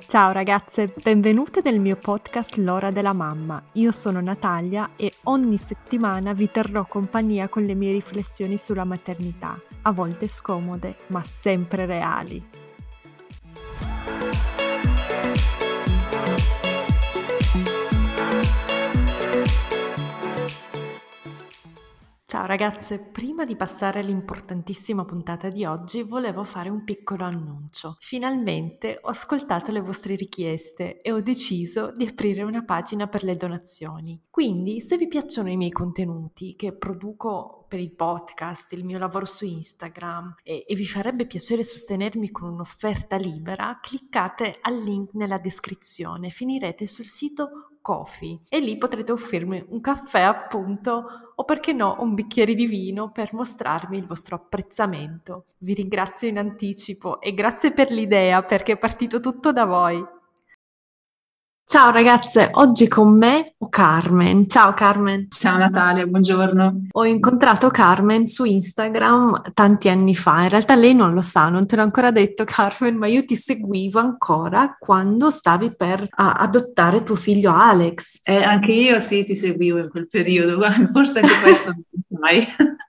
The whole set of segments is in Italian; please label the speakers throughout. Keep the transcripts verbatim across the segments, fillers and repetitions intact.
Speaker 1: Ciao ragazze, benvenute nel mio podcast L'ora della mamma. Io sono Natalia e ogni settimana vi terrò compagnia con le mie riflessioni sulla maternità, a volte scomode, ma sempre reali. Ciao ragazze, prima di passare all'importantissima puntata di oggi volevo fare un piccolo annuncio. Finalmente ho ascoltato le vostre richieste e ho deciso di aprire una pagina per le donazioni. Quindi se vi piacciono i miei contenuti che produco per il podcast, il mio lavoro su Instagram e, e vi farebbe piacere sostenermi con un'offerta libera, cliccate al link nella descrizione, finirete sul sito Ko-fi e lì potrete offrirmi un caffè appunto o perché no un bicchiere di vino per mostrarmi il vostro apprezzamento. Vi ringrazio in anticipo e grazie per l'idea perché è partito tutto da voi. Ciao ragazze, oggi con me ho Carmen. Ciao Carmen.
Speaker 2: Ciao Natalia, buongiorno.
Speaker 1: Ho incontrato Carmen su Instagram tanti anni fa, in realtà lei non lo sa, non te l'ho ancora detto Carmen, ma io ti seguivo ancora quando stavi per a, adottare tuo figlio Alex.
Speaker 2: Eh, anche io sì, ti seguivo in quel periodo, forse anche questo non mai.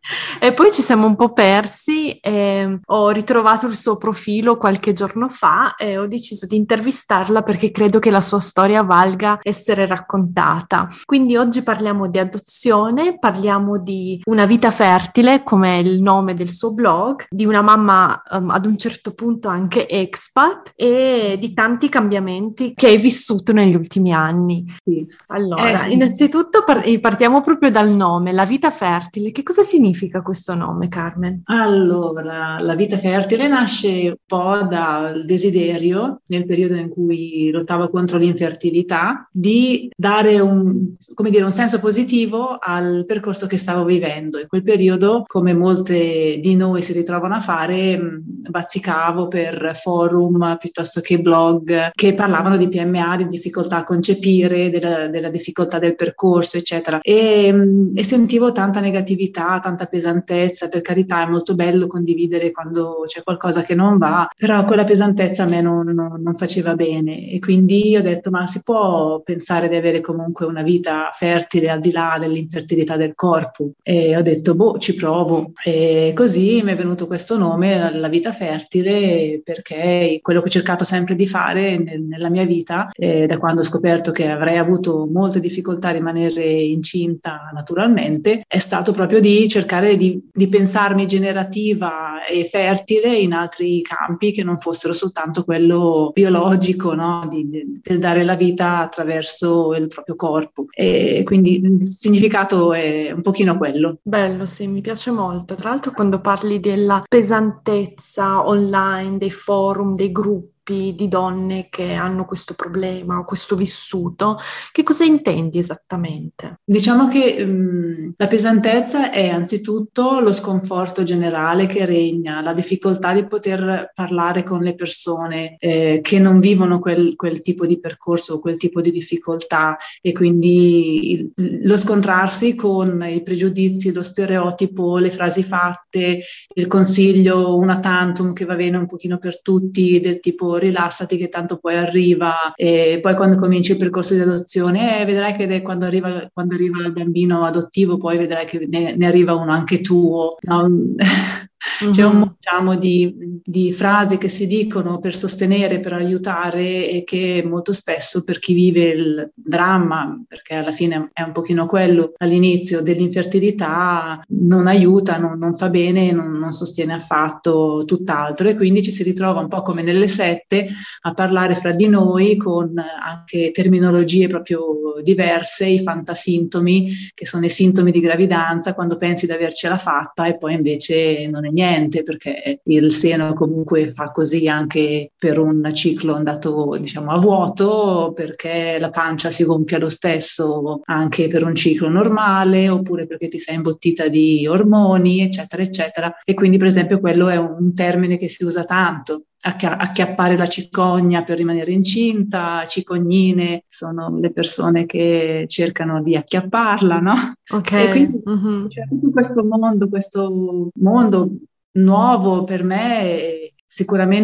Speaker 1: E poi ci siamo un po' persi e ho ritrovato il suo profilo qualche giorno fa e ho deciso di intervistarla perché credo che la sua storia valga essere raccontata. Quindi oggi parliamo di adozione, parliamo di una vita fertile, come è il nome del suo blog, di una mamma um, ad un certo punto anche expat e di tanti cambiamenti che hai vissuto negli ultimi anni.
Speaker 2: Sì.
Speaker 1: Allora,
Speaker 2: eh, sì.
Speaker 1: innanzitutto par- partiamo proprio dal nome, la vita fertile. Che cosa significa questo nome, Carmen?
Speaker 2: Allora, la vita fertile nasce un po' dal desiderio, nel periodo in cui lottavo contro l'infertilità, di dare un, come dire, un senso positivo al percorso che stavo vivendo. In quel periodo, come molte di noi si ritrovano a fare, bazzicavo per forum piuttosto che blog che parlavano di P M A, di difficoltà a concepire, della, della difficoltà del percorso, eccetera. E, e sentivo tanta negatività, tanta pesantezza. Per carità, è molto bello condividere quando c'è qualcosa che non va, però quella pesantezza a me non, non, non faceva bene e quindi ho detto ma si può pensare di avere comunque una vita fertile al di là dell'infertilità del corpo? E ho detto boh, ci provo, e così mi è venuto questo nome, la vita fertile, perché è quello che ho cercato sempre di fare nel, nella mia vita, eh, da quando ho scoperto che avrei avuto molte difficoltà a rimanere incinta naturalmente, è stato proprio di cercare di, di pensarmi generativa e fertile in altri campi che non fossero soltanto quello biologico, no? Di, di, del dare la vita attraverso il proprio corpo. E quindi il significato è un pochino quello.
Speaker 1: Bello, sì, mi piace molto. Tra l'altro quando parli della pesantezza online, dei forum, dei gruppi di donne che hanno questo problema o questo vissuto, che cosa intendi esattamente?
Speaker 2: Diciamo che mh, la pesantezza è anzitutto lo sconforto generale che regna, la difficoltà di poter parlare con le persone eh, che non vivono quel, quel tipo di percorso, quel tipo di difficoltà, e quindi il, lo scontrarsi con i pregiudizi, lo stereotipo, le frasi fatte, il consiglio una tantum che va bene un pochino per tutti, del tipo rilassati che tanto poi arriva, e poi quando cominci il percorso di adozione eh, vedrai che quando arriva, quando arriva il bambino adottivo poi vedrai che ne, ne arriva uno anche tuo, no? Mm-hmm. C'è un diciamo di, di frasi che si dicono per sostenere, per aiutare, e che molto spesso per chi vive il dramma, perché alla fine è un pochino quello all'inizio dell'infertilità, non aiuta, non, non fa bene, non, non sostiene affatto, tutt'altro, e quindi ci si ritrova un po' come nelle sette a parlare fra di noi con anche terminologie proprio diverse, i fantasintomi, che sono i sintomi di gravidanza quando pensi di avercela fatta e poi invece non è niente, perché il seno comunque fa così anche per un ciclo andato diciamo a vuoto, perché la pancia si gonfia lo stesso anche per un ciclo normale, oppure perché ti sei imbottita di ormoni, eccetera eccetera. E quindi per esempio quello è un termine che si usa tanto. Acchiappare la cicogna per rimanere incinta, cicognine sono le persone che cercano di acchiapparla, no?
Speaker 1: Ok.
Speaker 2: E quindi
Speaker 1: mm-hmm.
Speaker 2: c'è tutto questo mondo, questo mondo nuovo per me, sicuramente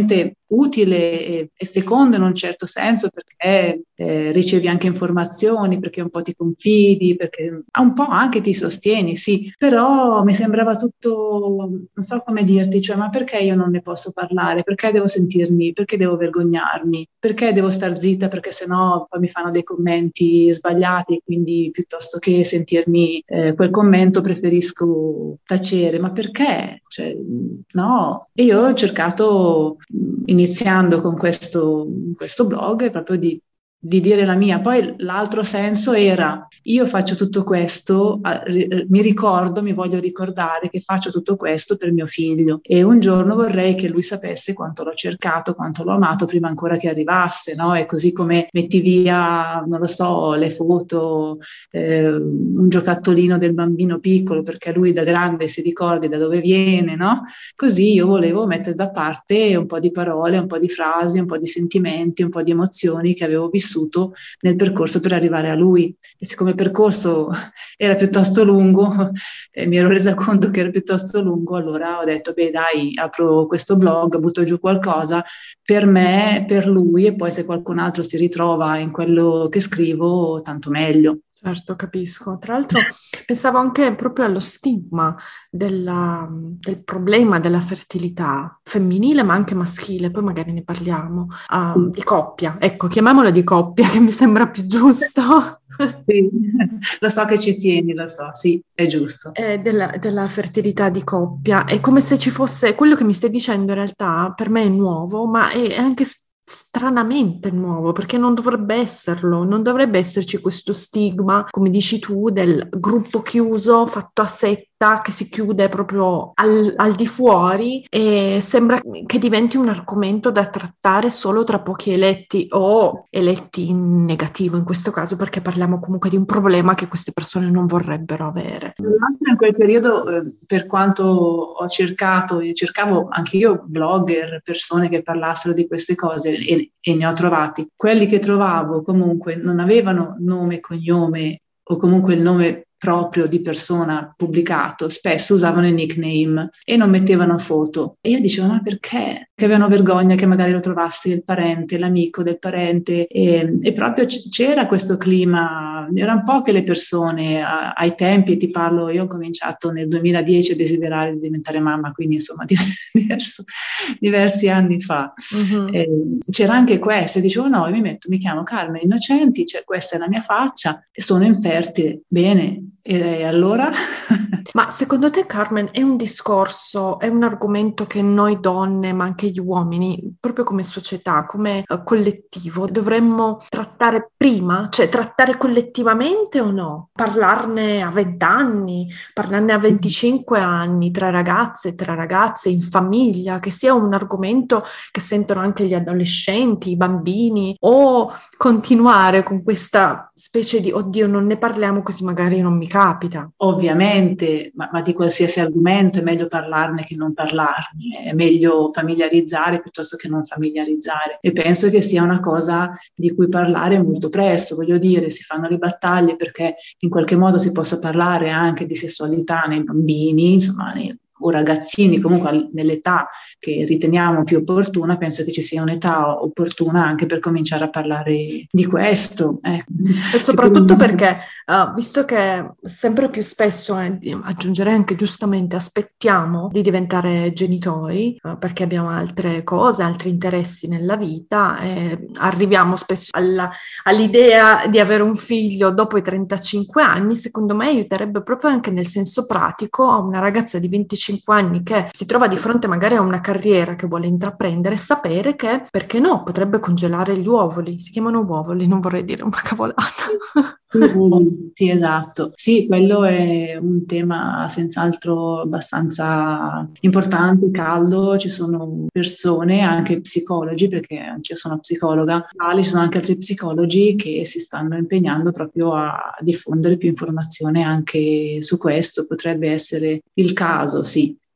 Speaker 2: utile e, e fecondo in un certo senso, perché eh, ricevi anche informazioni, perché un po' ti confidi, perché un po' anche ti sostieni, sì, però mi sembrava tutto, non so come dirti, cioè ma perché io non ne posso parlare? Perché devo sentirmi, perché devo vergognarmi? Perché devo star zitta? Perché sennò poi mi fanno dei commenti sbagliati, quindi piuttosto che sentirmi eh, quel commento preferisco tacere. Ma perché? Cioè, no, e io ho cercato, iniziando con questo, questo blog, proprio di, di dire la mia. Poi l'altro senso era, io faccio tutto questo, eh, mi ricordo, mi voglio ricordare che faccio tutto questo per mio figlio e un giorno vorrei che lui sapesse quanto l'ho cercato, quanto l'ho amato prima ancora che arrivasse, no? E così come metti via, non lo so, le foto, eh, un giocattolino del bambino piccolo perché lui da grande si ricordi da dove viene, no? Così io volevo mettere da parte un po' di parole, un po' di frasi, un po' di sentimenti, un po' di emozioni che avevo vissuto nel percorso per arrivare a lui. E siccome il percorso era piuttosto lungo, e mi ero resa conto che era piuttosto lungo, allora ho detto, beh dai, apro questo blog, butto giù qualcosa per me, per lui, e poi se qualcun altro si ritrova in quello che scrivo, tanto meglio.
Speaker 1: Certo, capisco. Tra l'altro pensavo anche proprio allo stigma della- del problema della fertilità femminile, ma anche maschile, poi magari ne parliamo, ah, di coppia. Ecco, chiamiamola di coppia, che mi sembra più giusto.
Speaker 2: Sì, lo so che ci tieni, lo so, sì, è giusto.
Speaker 1: Eh, della, della fertilità di coppia. È come se ci fosse, quello che mi stai dicendo in realtà per me è nuovo, ma è anche s- stranamente nuovo, perché non dovrebbe esserlo, non dovrebbe esserci questo stigma, come dici tu, del gruppo chiuso, fatto a setta, che si chiude proprio al, al di fuori e sembra che diventi un argomento da trattare solo tra pochi eletti o eletti in negativo in questo caso, perché parliamo comunque di un problema che queste persone non vorrebbero avere.
Speaker 2: Tra l'altro in quel periodo, eh, per quanto ho cercato, e cercavo anche io blogger, persone che parlassero di queste cose e, e ne ho trovati. Quelli che trovavo comunque non avevano nome e cognome o comunque il nome proprio di persona pubblicato, spesso usavano il nickname e non mettevano foto. E io dicevo, ma perché? Che avevano vergogna che magari lo trovassi il parente, l'amico del parente e, e proprio c- c'era questo clima, erano poche le persone a- ai tempi, ti parlo, io ho cominciato nel duemiladieci a desiderare di diventare mamma, quindi insomma diverso, diversi anni fa.
Speaker 1: Mhm.
Speaker 2: Eh, c'era anche questo, e dicevo no, io mi metto, mi chiamo Carmen Innocenti, cioè questa è la mia faccia e sono infertile, bene, e allora?
Speaker 1: Ma secondo te, Carmen, è un discorso, è un argomento che noi donne, ma anche gli uomini, proprio come società, come eh, collettivo, dovremmo trattare prima? Cioè trattare collettivamente o no? Parlarne a venti anni, parlarne a venticinque anni, tra ragazze, tra ragazze, in famiglia, che sia un argomento che sentono anche gli adolescenti, i bambini, o continuare con questa specie di oddio, non ne parliamo così magari non mi capita.
Speaker 2: Ovviamente, ma, ma di qualsiasi argomento è meglio parlarne che non parlarne, è meglio familiarizzare piuttosto che non familiarizzare. E penso che sia una cosa di cui parlare molto presto, voglio dire, si fanno le battaglie perché in qualche modo si possa parlare anche di sessualità nei bambini, insomma, nei, o ragazzini, comunque nell'età che riteniamo più opportuna, penso che ci sia un'età opportuna anche per cominciare a parlare di questo. Eh,
Speaker 1: E soprattutto
Speaker 2: sicuramente.
Speaker 1: perché, eh, visto che sempre più spesso, eh, di- aggiungerei anche giustamente, aspettiamo di diventare genitori, eh, perché abbiamo altre cose, altri interessi nella vita, e arriviamo spesso alla- all'idea di avere un figlio dopo i trentacinque anni, secondo me aiuterebbe proprio anche nel senso pratico a una ragazza di venticinque anni che si trova di fronte magari a una carriera che vuole intraprendere, sapere che, perché no, potrebbe congelare gli uovuli, si chiamano uovuli, non vorrei dire una cavolata.
Speaker 2: Sì, sì, esatto. Sì, quello è un tema senz'altro abbastanza importante, caldo. Ci sono persone, anche psicologi, perché anch'io sono psicologa, ma ci sono anche altri psicologi che si stanno impegnando proprio a diffondere più informazione anche su questo. Potrebbe essere il caso, sì.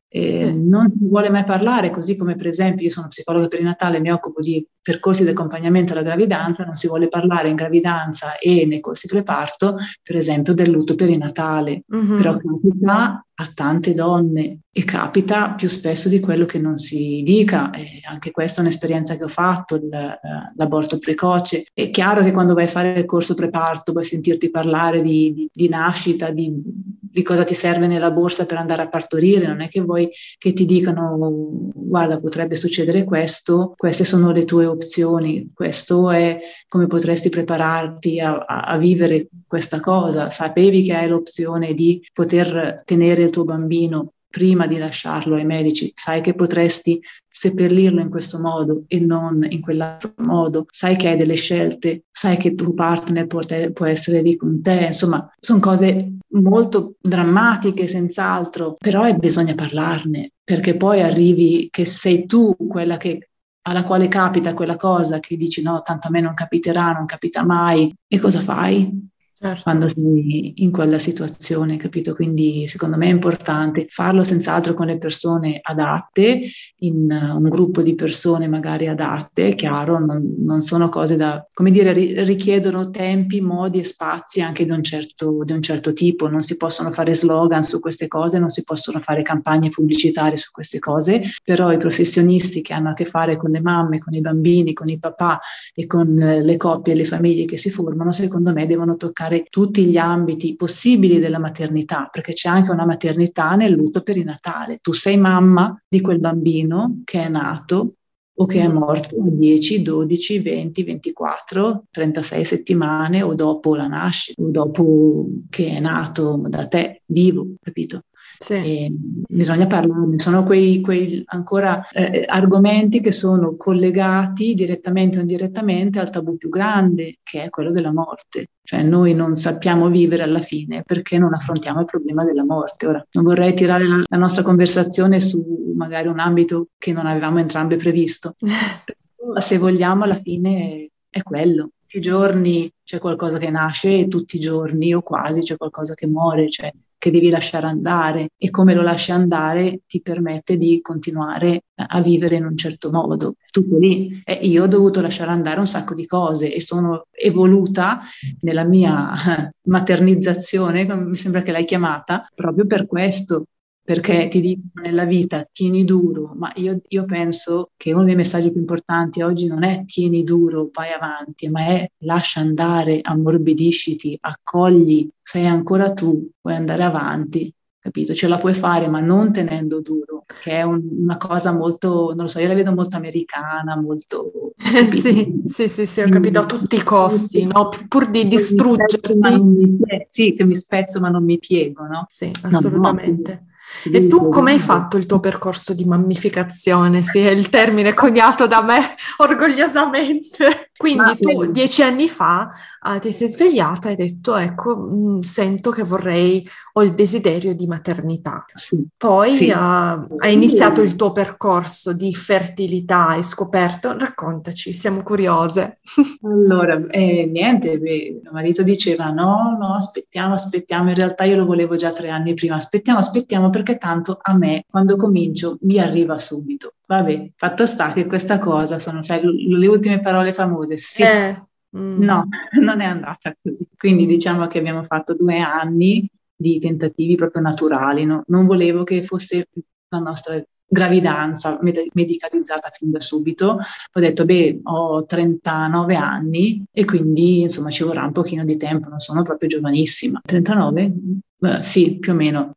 Speaker 2: Eh,
Speaker 1: Sì.
Speaker 2: non si vuole mai parlare, così come per esempio io sono psicologa perinatale, mi occupo di percorsi di accompagnamento alla gravidanza, non si vuole parlare in gravidanza e nei corsi preparto, per esempio, del lutto perinatale,
Speaker 1: Mhm.
Speaker 2: però capita a tante donne e capita più spesso di quello che non si dica, e anche questa è un'esperienza che ho fatto, il, l'aborto precoce. È chiaro che quando vai a fare il corso preparto vuoi sentirti parlare di, di, di nascita, di, di cosa ti serve nella borsa per andare a partorire, non è che vuoi che ti dicano guarda potrebbe succedere questo, queste sono le tue opzioni, questo è come potresti prepararti a, a, a vivere questa cosa, sapevi che hai l'opzione di poter tenere il tuo bambino prima di lasciarlo ai medici, sai che potresti seppellirlo in questo modo e non in quell'altro modo, sai che hai delle scelte, sai che il tuo partner può, te, può essere lì con te, insomma sono cose molto drammatiche senz'altro, però bisogna parlarne, perché poi arrivi che sei tu quella che alla quale capita quella cosa che dici no, tanto a me non capiterà, non capita mai, e cosa fai?
Speaker 1: Certo.
Speaker 2: Quando sei in quella situazione, capito? Quindi secondo me è importante farlo senz'altro con le persone adatte, in uh, un gruppo di persone magari adatte, chiaro, non, non sono cose da, come dire, ri- richiedono tempi, modi e spazi anche di un, certo, di un certo tipo, non si possono fare slogan su queste cose, non si possono fare campagne pubblicitarie su queste cose, però i professionisti che hanno a che fare con le mamme, con i bambini, con i papà e con uh, le coppie e le famiglie che si formano, secondo me devono toccare tutti gli ambiti possibili della maternità, perché c'è anche una maternità nel lutto perinatale. Tu sei mamma di quel bambino che è nato o che è morto a dieci, dodici, venti, ventiquattro, trentasei settimane o dopo la nascita, o dopo che è nato da te vivo, capito?
Speaker 1: Sì.
Speaker 2: E bisogna parlarne, sono quei, quei ancora eh, argomenti che sono collegati direttamente o indirettamente al tabù più grande, che è quello della morte. Cioè noi non sappiamo vivere alla fine perché non affrontiamo il problema della morte. Ora, non vorrei tirare la, la nostra conversazione su magari un ambito che non avevamo entrambe previsto, ma se vogliamo alla fine è quello. Tutti i giorni c'è qualcosa che nasce e tutti i giorni o quasi c'è qualcosa che muore, cioè che devi lasciare andare, e come lo lasci andare ti permette di continuare a vivere in un certo modo. Tutto lì. E io ho dovuto lasciare andare un sacco di cose e sono evoluta nella mia maternizzazione, come mi sembra che l'hai chiamata, proprio per questo. Perché ti dico nella vita tieni duro, ma io, io penso che uno dei messaggi più importanti oggi non è tieni duro, vai avanti, ma è lascia andare, ammorbidisciti, accogli, sei ancora tu, puoi andare avanti, capito? Ce la puoi fare, ma non tenendo duro, che è un, una cosa molto, non lo so, io la vedo molto americana, molto, capito?
Speaker 1: Sì, sì, sì, sì, ho capito, a tutti i costi, no? Pur di
Speaker 2: Mi spezzo, ma
Speaker 1: distruggerti.
Speaker 2: non mi pie- sì, che mi spezzo ma non mi piego, no?
Speaker 1: Sì,
Speaker 2: No, no,
Speaker 1: assolutamente.
Speaker 2: ti
Speaker 1: E
Speaker 2: devi
Speaker 1: tu come hai
Speaker 2: piegare.
Speaker 1: fatto il tuo percorso di mammificazione? Sì, è il termine coniato da me orgogliosamente.
Speaker 2: Ma
Speaker 1: Quindi tu
Speaker 2: eh,
Speaker 1: dieci anni fa eh, ti sei svegliata e hai detto, ecco, mh, sento che vorrei, ho il desiderio di maternità.
Speaker 2: sì,
Speaker 1: Poi eh,
Speaker 2: sì.
Speaker 1: hai iniziato il tuo percorso di fertilità, hai scoperto, raccontaci, siamo curiose.
Speaker 2: Allora, eh, niente, beh, mio marito diceva no, no, aspettiamo, aspettiamo, in realtà io lo volevo già tre anni prima, aspettiamo, aspettiamo perché tanto a me quando comincio mi arriva subito. Vabbè, fatto sta che questa cosa sono, sai, l- le ultime parole famose, sì,
Speaker 1: Eh, mm,
Speaker 2: no, non è andata così. Quindi diciamo che abbiamo fatto due anni di tentativi proprio naturali, no? Non volevo che fosse la nostra gravidanza med- medicalizzata fin da subito. Ho detto, beh, ho trentanove anni e quindi insomma ci vorrà un pochino di tempo, non sono proprio giovanissima. trentanove? Eh, sì, più o meno.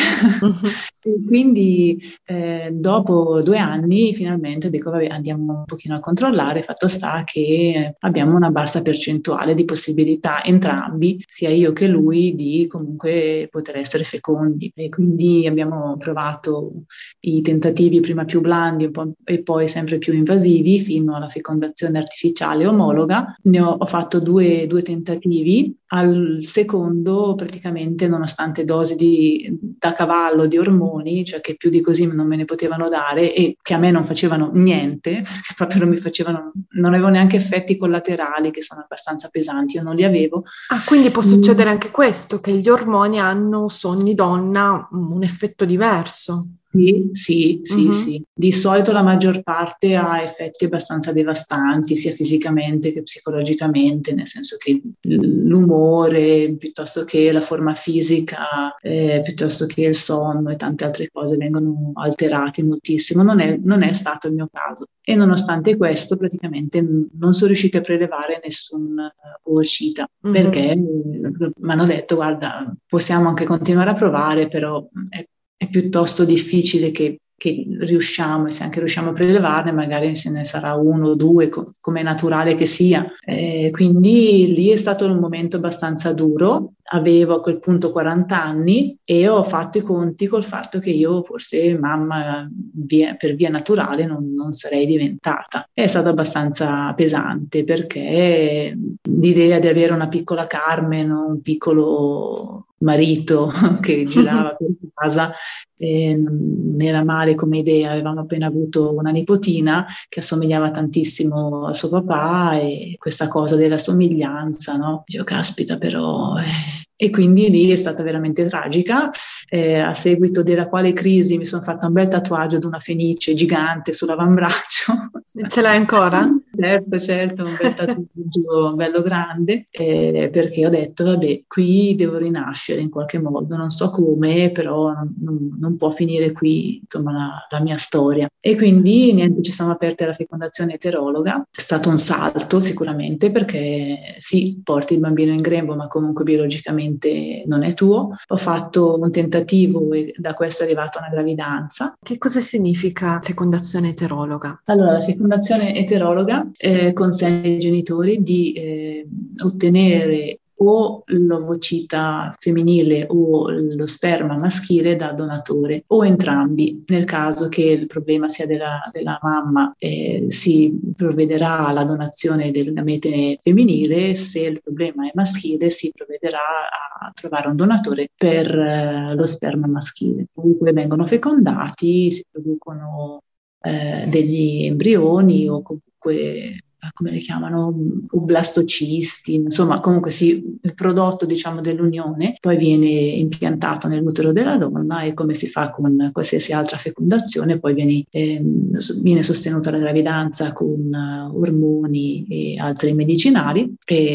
Speaker 1: mhm.
Speaker 2: E quindi eh, dopo due anni finalmente dico, vabbè, andiamo un pochino a controllare, fatto sta che abbiamo una bassa percentuale di possibilità entrambi, sia io che lui, di comunque poter essere fecondi. E quindi abbiamo provato i tentativi prima più blandi un po' e poi sempre più invasivi fino alla fecondazione artificiale omologa. Ne ho, ho fatto due, due tentativi. Al secondo, praticamente, nonostante dosi di, da cavallo di ormoni, cioè che più di così non me ne potevano dare e che a me non facevano niente, perché proprio non mi facevano, non avevo neanche effetti collaterali che sono abbastanza pesanti, io non li avevo.
Speaker 1: Ah, quindi può
Speaker 2: Mm.
Speaker 1: succedere anche questo, che gli ormoni hanno su ogni donna un effetto diverso.
Speaker 2: Sì, sì, sì,
Speaker 1: Mhm.
Speaker 2: sì. Di solito la maggior parte ha effetti abbastanza devastanti, sia fisicamente che psicologicamente, nel senso che l'umore, piuttosto che la forma fisica, eh, piuttosto che il sonno e tante altre cose vengono alterati moltissimo. Non è, non è stato il mio caso. E nonostante questo, praticamente non sono riuscita a prelevare nessun uh, oocyte,
Speaker 1: Mhm.
Speaker 2: perché mi hanno detto, guarda, possiamo anche continuare a provare, però è è piuttosto difficile che, che riusciamo, e se anche riusciamo a prelevarne, magari se ne sarà uno o due, co- come è naturale che sia. Eh, quindi lì è stato un momento abbastanza duro. Avevo a quel punto quaranta anni e ho fatto i conti col fatto che io forse mamma via, per via naturale non, non sarei diventata. È stato abbastanza pesante perché l'idea di avere una piccola Carmen, un piccolo marito che girava per casa, eh, non era male come idea. Avevamo appena avuto una nipotina che assomigliava tantissimo a suo papà e questa cosa della somiglianza, no? Dicevo, caspita, però... eh. E quindi lì è stata veramente tragica, eh, a seguito della quale crisi mi sono fatta un bel tatuaggio di una fenice gigante sull'avambraccio.
Speaker 1: Ce l'hai ancora?
Speaker 2: Certo, certo, un bel tatuaggio bello grande, eh, perché ho detto, vabbè, qui devo rinascere in qualche modo, non so come, però non, non- non può finire qui, insomma, la, la mia storia. E quindi niente, ci siamo aperte alla fecondazione eterologa. È stato un salto sicuramente, perché sì, porti il bambino in grembo, ma comunque biologicamente non è tuo. Ho fatto un tentativo e da questo è arrivata una gravidanza.
Speaker 1: Che cosa significa fecondazione eterologa?
Speaker 2: Allora, la fecondazione eterologa eh, consente ai genitori di eh, ottenere o l'ovocita femminile o lo sperma maschile da donatore, o entrambi. Nel caso che il problema sia della, della mamma, eh, si provvederà alla donazione del gamete femminile; se il problema è maschile, si provvederà a trovare un donatore per eh, lo sperma maschile. Comunque vengono fecondati, si producono eh, degli embrioni, o comunque, come li chiamano, o blastocisti, insomma, comunque sì, il prodotto, diciamo, dell'unione poi viene impiantato nell'utero della donna, e come si fa con qualsiasi altra fecondazione, poi viene, ehm, viene sostenuta la gravidanza con uh, ormoni e altri medicinali,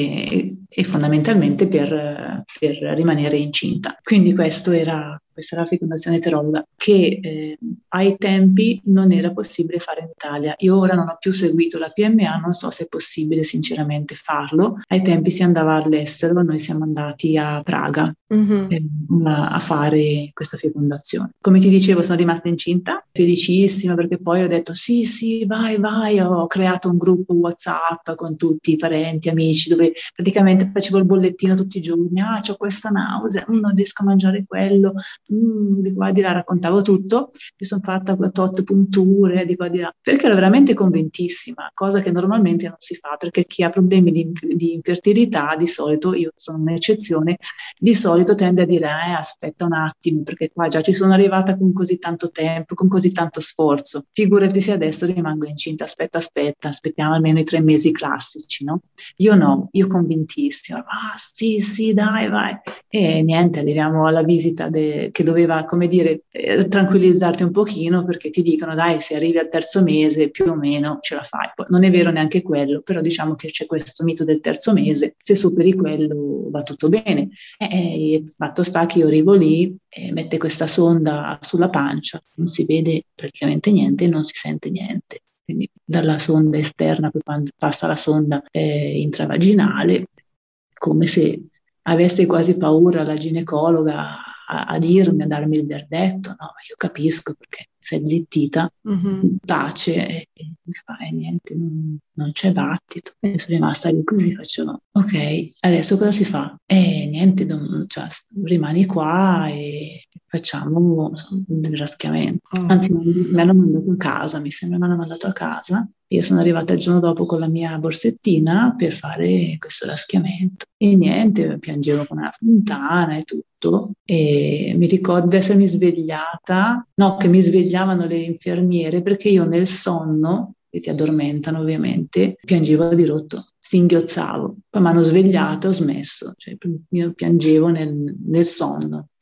Speaker 2: e, e fondamentalmente per, per rimanere incinta. Quindi questo era questa è la fecondazione eterologa, che eh, ai tempi non era possibile fare in Italia. Io ora non ho più seguito la P M A, non so se è possibile sinceramente farlo. Ai tempi si andava all'estero, noi siamo andati a Praga
Speaker 1: Mhm.
Speaker 2: eh, a, a fare questa fecondazione. Come ti dicevo, sono rimasta incinta, felicissima, perché poi ho detto sì, sì, vai, vai. Ho creato un gruppo WhatsApp con tutti i parenti, amici, dove praticamente facevo il bollettino tutti i giorni: ah, c'ho questa nausea, mm, non riesco a mangiare quello, mm, di qua di là, raccontavo tutto. Mi sono fatta tot punture di qua di là, perché ero veramente convintissima, cosa che normalmente non si fa, perché chi ha problemi di, di infertilità, di solito, io sono un'eccezione, di solito tende a dire eh, aspetta un attimo, perché qua già ci sono arrivata con così tanto tempo, con così tanto sforzo, figurati se adesso rimango incinta, aspetta, aspetta, aspettiamo almeno i tre mesi classici, no? Io no, io convintissima, ah sì, sì, dai, vai. E niente, arriviamo alla visita de- che doveva, come dire, eh, tranquillizzarti un pochino, perché ti dicono, dai, se arrivi al terzo mese più o meno ce la fai. Poi, non è vero neanche quello, però diciamo che c'è questo mito del terzo mese, se superi quello va tutto bene. E il fatto sta che io arrivo lì, e mette questa sonda sulla pancia, non si vede praticamente niente, non si sente niente. Quindi dalla sonda esterna, poi quando passa la sonda eh, intravaginale, come se avesse quasi paura la ginecologa a, a dirmi, a darmi il verdetto. No, ma io capisco, perché sei zittita,
Speaker 1: Mhm.
Speaker 2: tace, e, e mi fa e niente, non, non c'è battito. E sono rimasta lì così, faccio, ok, adesso cosa si fa? E niente, non- cioè, rimani qua e facciamo insomma, un raschiamento.
Speaker 1: Oh.
Speaker 2: Anzi, mi hanno mandato a casa, mi sembra mi hanno mandato a casa. Io sono arrivata il giorno dopo con la mia borsettina per fare questo raschiamento. E niente, piangevo con una fontana e tutto. E mi ricordo di essermi svegliata, no, che mi svegliavano le infermiere, perché io nel sonno, che ti addormentano ovviamente, piangevo di rotto, singhiozzavo. Poi mi hanno svegliato e ho smesso, cioè io piangevo nel, nel sonno.
Speaker 1: Mm.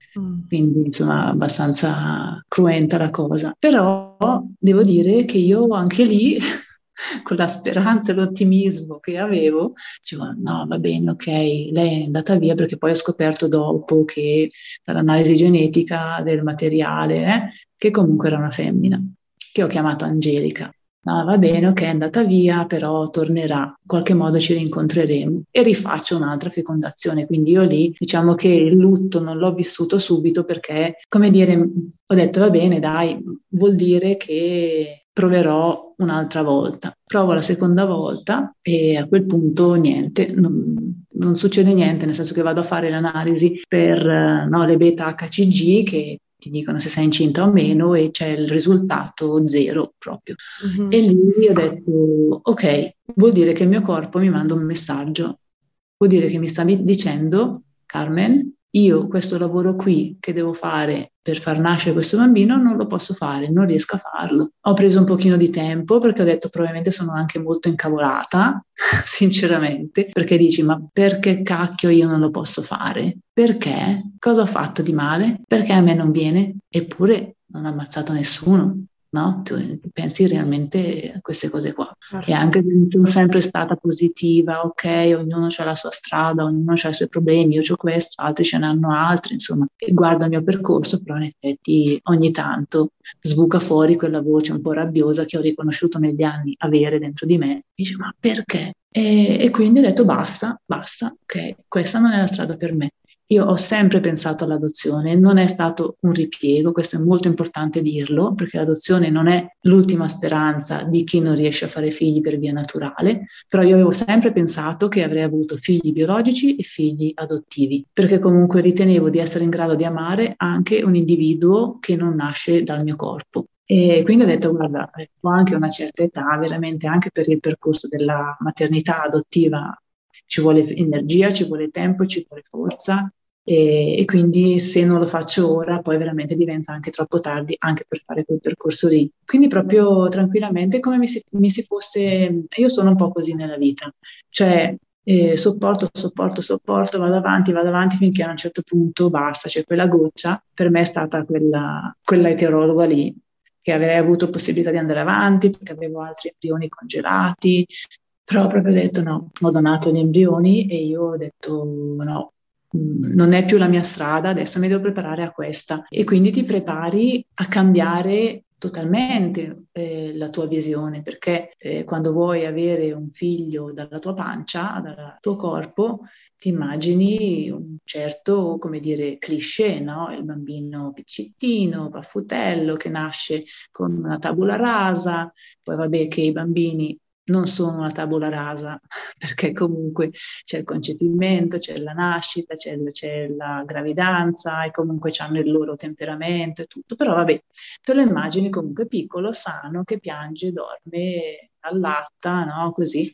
Speaker 2: quindi insomma abbastanza cruenta la cosa. Però devo dire che io anche lì, con la speranza e l'ottimismo che avevo, dicevo no, va bene, ok, lei è andata via, perché poi ho scoperto dopo che dall'analisi genetica del materiale, eh, che comunque era una femmina, che ho chiamato Angelica. No, va bene, ok, è andata via, però tornerà, in qualche modo ci rincontreremo e rifaccio un'altra fecondazione. Quindi io lì, diciamo che il lutto non l'ho vissuto subito perché, come dire, ho detto va bene, dai, vuol dire che proverò un'altra volta. Provo la seconda volta e a quel punto niente, non, non succede niente, nel senso che vado a fare l'analisi per eh, no, le beta H C G che ti dicono se sei incinta o meno e c'è il risultato zero proprio. E
Speaker 1: Mhm.
Speaker 2: lì ho detto, ok, vuol dire che il mio corpo mi manda un messaggio, vuol dire che mi sta dicendo, Carmen, io questo lavoro qui che devo fare per far nascere questo bambino non lo posso fare, non riesco a farlo. Ho preso un pochino di tempo perché ho detto probabilmente sono anche molto incavolata, sinceramente, perché dici ma perché cacchio io non lo posso fare? Perché? Cosa ho fatto di male? Perché a me non viene? Eppure non ha ammazzato nessuno. No? Tu pensi realmente a queste cose qua. E
Speaker 1: Certo.
Speaker 2: anche se sono sempre stata positiva, ok, ognuno ha la sua strada, ognuno ha i suoi problemi, io ho questo, altri ce ne hanno altri, insomma, e guardo il mio percorso, però in effetti ogni tanto sbuca fuori quella voce un po' rabbiosa che ho riconosciuto negli anni avere dentro di me. Dice, ma perché? E, e quindi ho detto basta, basta, ok, questa non è la strada per me. Io ho sempre pensato all'adozione, non è stato un ripiego, questo è molto importante dirlo, perché l'adozione non è l'ultima speranza di chi non riesce a fare figli per via naturale, però io avevo sempre pensato che avrei avuto figli biologici e figli adottivi, perché comunque ritenevo di essere in grado di amare anche un individuo che non nasce dal mio corpo. E quindi ho detto, guarda, ho anche una certa età, veramente anche per il percorso della maternità adottiva ci vuole energia, ci vuole tempo, ci vuole forza e, e quindi se non lo faccio ora poi veramente diventa anche troppo tardi anche per fare quel percorso lì. Quindi proprio tranquillamente come mi si, mi si fosse, io sono un po' così nella vita, cioè eh, sopporto, sopporto, sopporto, vado avanti, vado avanti finché a un certo punto basta, c'è quella goccia, per me è stata quella, quella eterologa lì che avrei avuto possibilità di andare avanti perché avevo altri embrioni congelati, però ho proprio detto no, ho donato gli embrioni e io ho detto no, mh, non è più la mia strada, adesso mi devo preparare a questa. E quindi ti prepari a cambiare totalmente eh, la tua visione, perché eh, quando vuoi avere un figlio dalla tua pancia, dal tuo corpo, ti immagini un certo, come dire, cliché, no? Il bambino piccittino, paffutello, che nasce con una tabula rasa, poi vabbè che i bambini non sono una tabula rasa, perché comunque c'è il concepimento, c'è la nascita, c'è, c'è la gravidanza e comunque hanno il loro temperamento e tutto, però vabbè, te lo immagini comunque piccolo, sano, che piange, dorme, allatta, no? Così.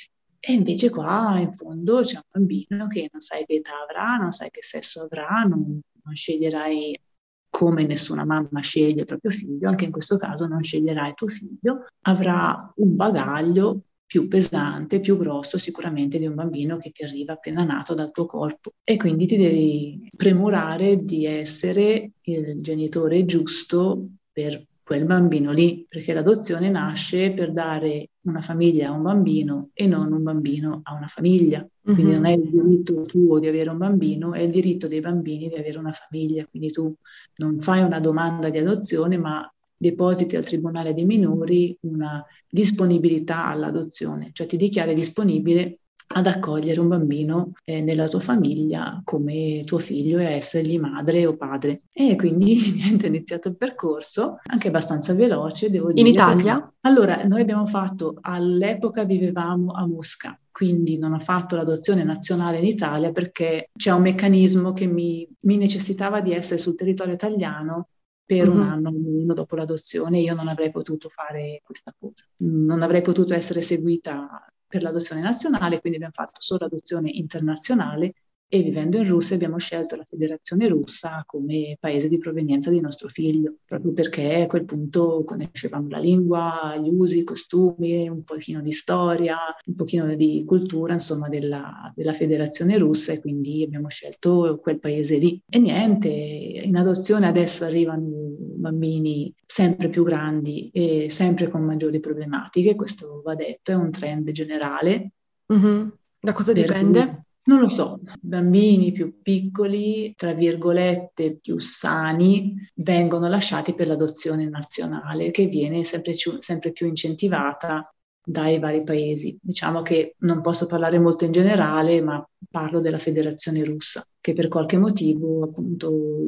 Speaker 2: E invece qua in fondo c'è un bambino che non sai che età avrà, non sai che sesso avrà, non, non sceglierai come nessuna mamma sceglie il proprio figlio, anche in questo caso non sceglierai tuo figlio, avrà un bagaglio più pesante, più grosso sicuramente di un bambino che ti arriva appena nato dal tuo corpo e quindi ti devi premurare di essere il genitore giusto per quel bambino lì, perché l'adozione nasce per dare una famiglia a un bambino e non un bambino a una famiglia. Quindi non è
Speaker 1: Mhm.
Speaker 2: il diritto tuo di avere un bambino, è il diritto dei bambini di avere una famiglia. Quindi tu non fai una domanda di adozione, ma depositi al Tribunale dei minori una disponibilità all'adozione, cioè ti dichiari disponibile ad accogliere un bambino eh, nella tua famiglia come tuo figlio e a essergli madre o padre. E quindi niente, è iniziato il percorso, anche abbastanza veloce, devo
Speaker 1: In
Speaker 2: dire, perché
Speaker 1: Italia?
Speaker 2: allora noi abbiamo fatto, all'epoca vivevamo a Mosca, quindi non ho fatto l'adozione nazionale in Italia perché c'è un meccanismo che mi, mi necessitava di essere sul territorio italiano per un
Speaker 1: Mhm.
Speaker 2: anno almeno dopo l'adozione, io non avrei potuto fare questa cosa. Non avrei potuto essere seguita per l'adozione nazionale, quindi abbiamo fatto solo l'adozione internazionale e vivendo in Russia abbiamo scelto la Federazione Russa come paese di provenienza di nostro figlio, proprio perché a quel punto conoscevamo la lingua, gli usi, i costumi, un pochino di storia, un pochino di cultura, insomma, della, della Federazione Russa, e quindi abbiamo scelto quel paese lì. E niente, in adozione adesso arrivano bambini sempre più grandi e sempre con maggiori problematiche, questo va detto, è un trend generale.
Speaker 1: Mm-hmm. Da cosa
Speaker 2: Per cui,
Speaker 1: dipende?
Speaker 2: non lo so, bambini più piccoli, tra virgolette più sani, vengono lasciati per l'adozione nazionale, che viene sempre, ciu- sempre più incentivata dai vari paesi. Diciamo che non posso parlare molto in generale, ma parlo della Federazione Russa, che per qualche motivo appunto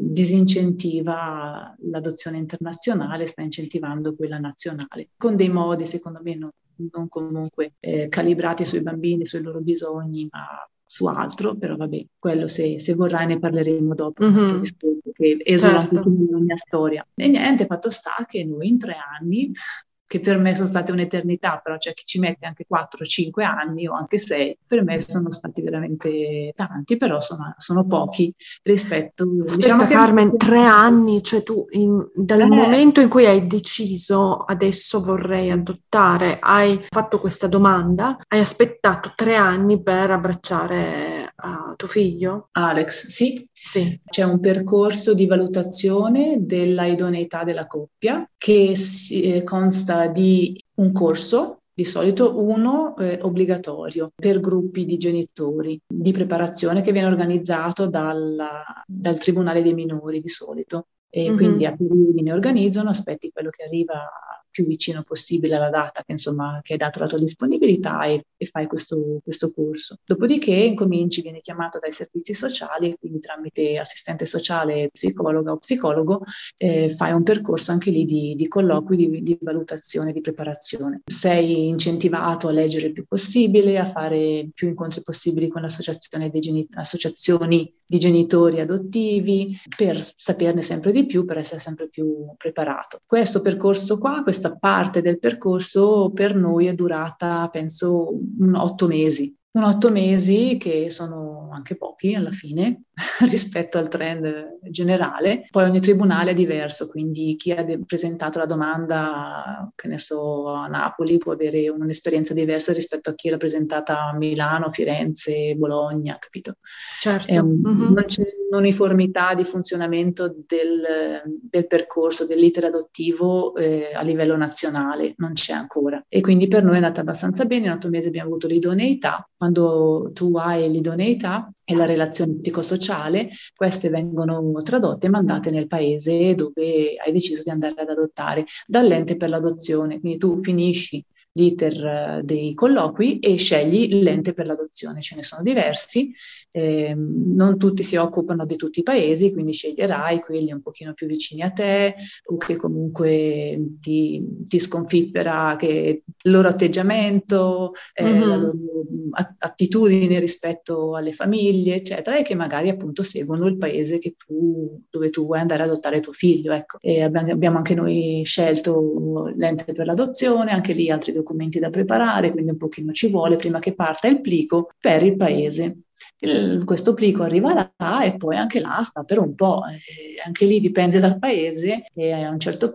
Speaker 2: disincentiva l'adozione internazionale, sta incentivando quella nazionale, con dei modi secondo me non, non comunque eh, calibrati sui bambini, sui loro bisogni, ma su altro, però vabbè, quello se, se vorrai ne parleremo dopo, un altro
Speaker 1: Mm-hmm.
Speaker 2: discorso che esula un
Speaker 1: Certo.
Speaker 2: pochino dalla mia storia. E niente, fatto sta che noi in tre anni, che per me sono state un'eternità, però c'è chi ci mette anche quattro cinque anni o anche sei, per me sono stati veramente tanti, però sono, sono pochi rispetto, diciamo
Speaker 1: Aspetta
Speaker 2: che...
Speaker 1: Carmen, tre anni, cioè tu in- dal
Speaker 2: Eh,
Speaker 1: momento in cui hai deciso adesso vorrei adottare, hai fatto questa domanda, hai aspettato tre anni per abbracciare uh, tuo figlio?
Speaker 2: Alex, sì,
Speaker 1: Sì.
Speaker 2: c'è un percorso di valutazione della idoneità della coppia che si, eh, consta di un corso, di solito uno eh, obbligatorio per gruppi di genitori, di preparazione che viene organizzato dalla- dal Tribunale dei minori di solito. E quindi
Speaker 1: Mhm.
Speaker 2: a periodi ne organizzano, aspetti quello che arriva più vicino possibile alla data che, insomma, che hai dato la tua disponibilità e, e fai questo, questo corso. Dopodiché incominci, vieni chiamato dai servizi sociali e quindi tramite assistente sociale, psicologa o psicologo eh, fai un percorso anche lì di, di colloqui, di, di valutazione, di preparazione. Sei incentivato a leggere il più possibile, a fare più incontri possibili con l'associazione dei geni- associazioni di genitori adottivi per saperne sempre di più, per essere sempre più preparato. Questo percorso qua, questa parte del percorso per noi è durata, penso, un otto mesi. Un otto mesi che sono anche pochi alla fine rispetto al trend generale. Poi ogni tribunale è diverso, quindi chi ha de- presentato la domanda, che ne so, a Napoli può avere un'esperienza diversa rispetto a chi l'ha presentata a Milano, Firenze, Bologna, capito? È
Speaker 1: Certo.
Speaker 2: un- non
Speaker 1: Mhm.
Speaker 2: c'è un'uniformità di funzionamento del, del percorso, dell'iter adottivo eh, a livello nazionale, non c'è ancora. E quindi per noi è andata abbastanza bene, in otto mesi abbiamo avuto l'idoneità. Quando tu hai l'idoneità e la relazione psicosociale, queste vengono tradotte e mandate nel paese dove hai deciso di andare ad adottare dall'ente per l'adozione. Quindi tu finisci l'iter eh, dei colloqui e scegli l'ente per l'adozione. Ce ne sono diversi, eh, non tutti si occupano di tutti i paesi, quindi sceglierai quelli un pochino più vicini a te o che comunque ti, ti sconfiffera che il loro atteggiamento, eh, la loro
Speaker 1: Mhm.
Speaker 2: attitudine rispetto alle famiglie, eccetera, e che magari appunto seguono il paese che tu, dove tu vuoi andare ad adottare tuo figlio. Ecco. E abbiamo, abbiamo anche noi scelto l'ente per l'adozione, anche lì altri documenti da preparare, quindi un pochino ci vuole prima che parta il plico per il paese. Il, questo plico arriva là e poi anche là sta per un po', eh, anche lì dipende dal paese e a un certo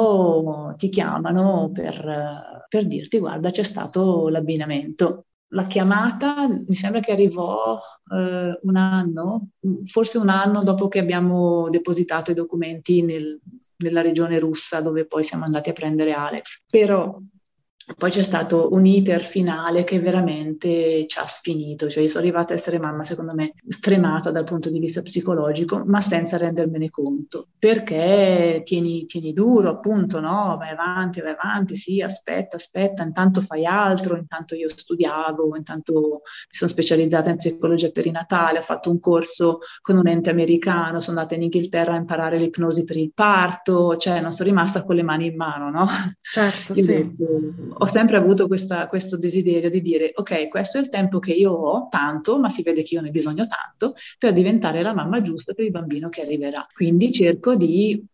Speaker 2: punto ti chiamano per, per dirti guarda c'è stato l'abbinamento. La chiamata mi sembra che arrivò eh, un anno, forse un anno dopo che abbiamo depositato i documenti nel, nella regione russa dove poi siamo andati a prendere Alex. Però poi c'è stato un iter finale che veramente ci ha sfinito, cioè io sono arrivata a essere mamma, secondo me, stremata dal punto di vista psicologico, ma senza rendermene conto, perché tieni, tieni duro, appunto, no? Vai avanti, vai avanti, sì, aspetta, aspetta, intanto fai altro, intanto io studiavo, intanto mi sono specializzata in psicologia perinatale, ho fatto un corso con un ente americano, sono andata in Inghilterra a imparare l'ipnosi per il parto, cioè non sono rimasta con le mani in mano, no?
Speaker 1: Certo,
Speaker 2: Io ho
Speaker 1: sì.
Speaker 2: detto, ho sempre avuto questa- questo desiderio di dire, ok, questo è il tempo che io ho, tanto, ma si vede che io ne ho bisogno tanto, per diventare la mamma giusta per il bambino che arriverà. Quindi cerco di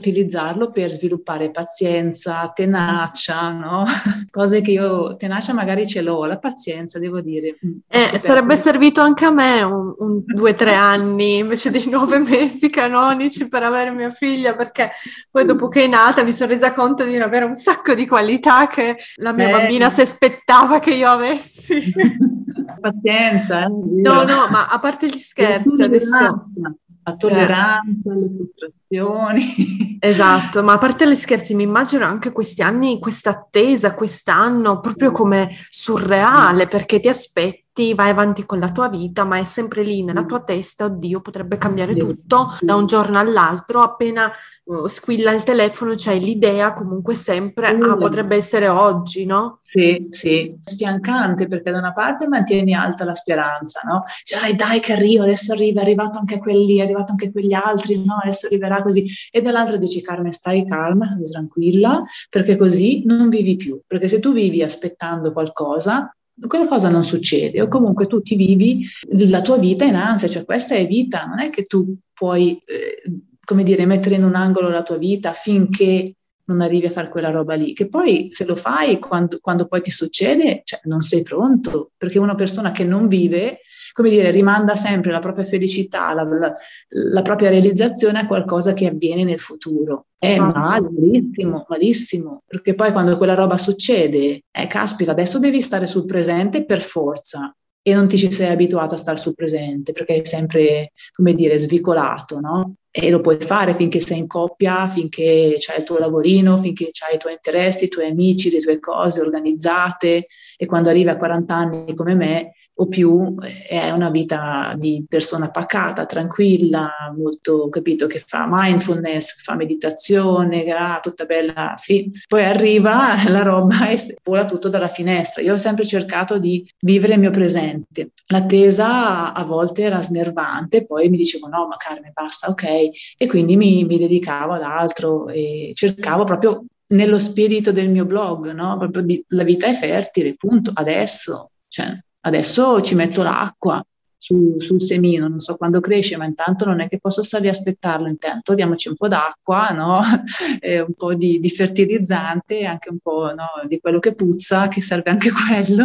Speaker 2: utilizzarlo per sviluppare pazienza, tenacia, no? Cose che io, tenacia magari ce l'ho, la pazienza devo dire.
Speaker 1: Eh, sarebbe servito anche a me un, un due o tre anni invece dei nove mesi canonici per avere mia figlia, perché poi dopo che è nata mi sono resa conto di non avere un sacco di qualità che la mia
Speaker 2: Eh.
Speaker 1: bambina si aspettava che io avessi.
Speaker 2: Pazienza, eh,
Speaker 1: No, no, ma a parte gli scherzi, adesso...
Speaker 2: La tolleranza, le frustrazioni.
Speaker 1: Esatto, ma a parte gli scherzi, mi immagino anche questi anni, questa attesa, quest'anno, proprio come surreale, perché ti aspetti, vai avanti con la tua vita, ma è sempre lì nella tua testa, oddio, potrebbe cambiare tutto da un giorno all'altro, appena uh, squilla il telefono c'hai l'idea comunque sempre, ah, potrebbe essere oggi, no?
Speaker 2: Sì, sì, sfiancante, perché da una parte mantieni alta la speranza, no? Cioè, dai che arriva, adesso arriva, è arrivato anche quelli, è arrivato anche quegli altri, no? Adesso arriverà così. E dall'altra dici, Carmen, stai calma, stai tranquilla, perché così non vivi più. Perché se tu vivi aspettando qualcosa, quella cosa non succede, o comunque tu ti vivi la tua vita in ansia, cioè questa è vita, non è che tu puoi, eh, come dire, mettere in un angolo la tua vita finché non arrivi a fare quella roba lì, che poi se lo fai quando, quando poi ti succede, cioè non sei pronto, perché una persona che non vive, come dire, rimanda sempre la propria felicità, la, la, la propria realizzazione a qualcosa che avviene nel futuro. È
Speaker 1: Esatto.
Speaker 2: male, malissimo, malissimo, perché poi quando quella roba succede, eh, caspita, adesso devi stare sul presente per forza, e non ti ci sei abituato a stare sul presente, perché è sempre, come dire, svicolato, no? E lo puoi fare finché sei in coppia, finché c'hai il tuo lavorino, finché c'hai i tuoi interessi, i tuoi amici, le tue cose organizzate, e quando arrivi a quaranta anni come me o più è una vita di persona pacata, tranquilla, molto, capito, che fa mindfulness, fa meditazione, ah, tutta bella, sì. Poi arriva la roba e vola tutto dalla finestra. Io ho sempre cercato di vivere il mio presente. L'attesa a volte era snervante, poi mi dicevo no, ma Carmen, basta, ok. E quindi mi, mi dedicavo ad altro e cercavo proprio nello spirito del mio blog, no? Proprio di, la vita è fertile, punto, adesso, cioè, adesso ci metto l'acqua su, sul semino, non so quando cresce, ma intanto non è che posso stare a aspettarlo, intanto diamoci un po' d'acqua, no? E un po' di, di fertilizzante e anche un po', no, di quello che puzza, che serve anche quello,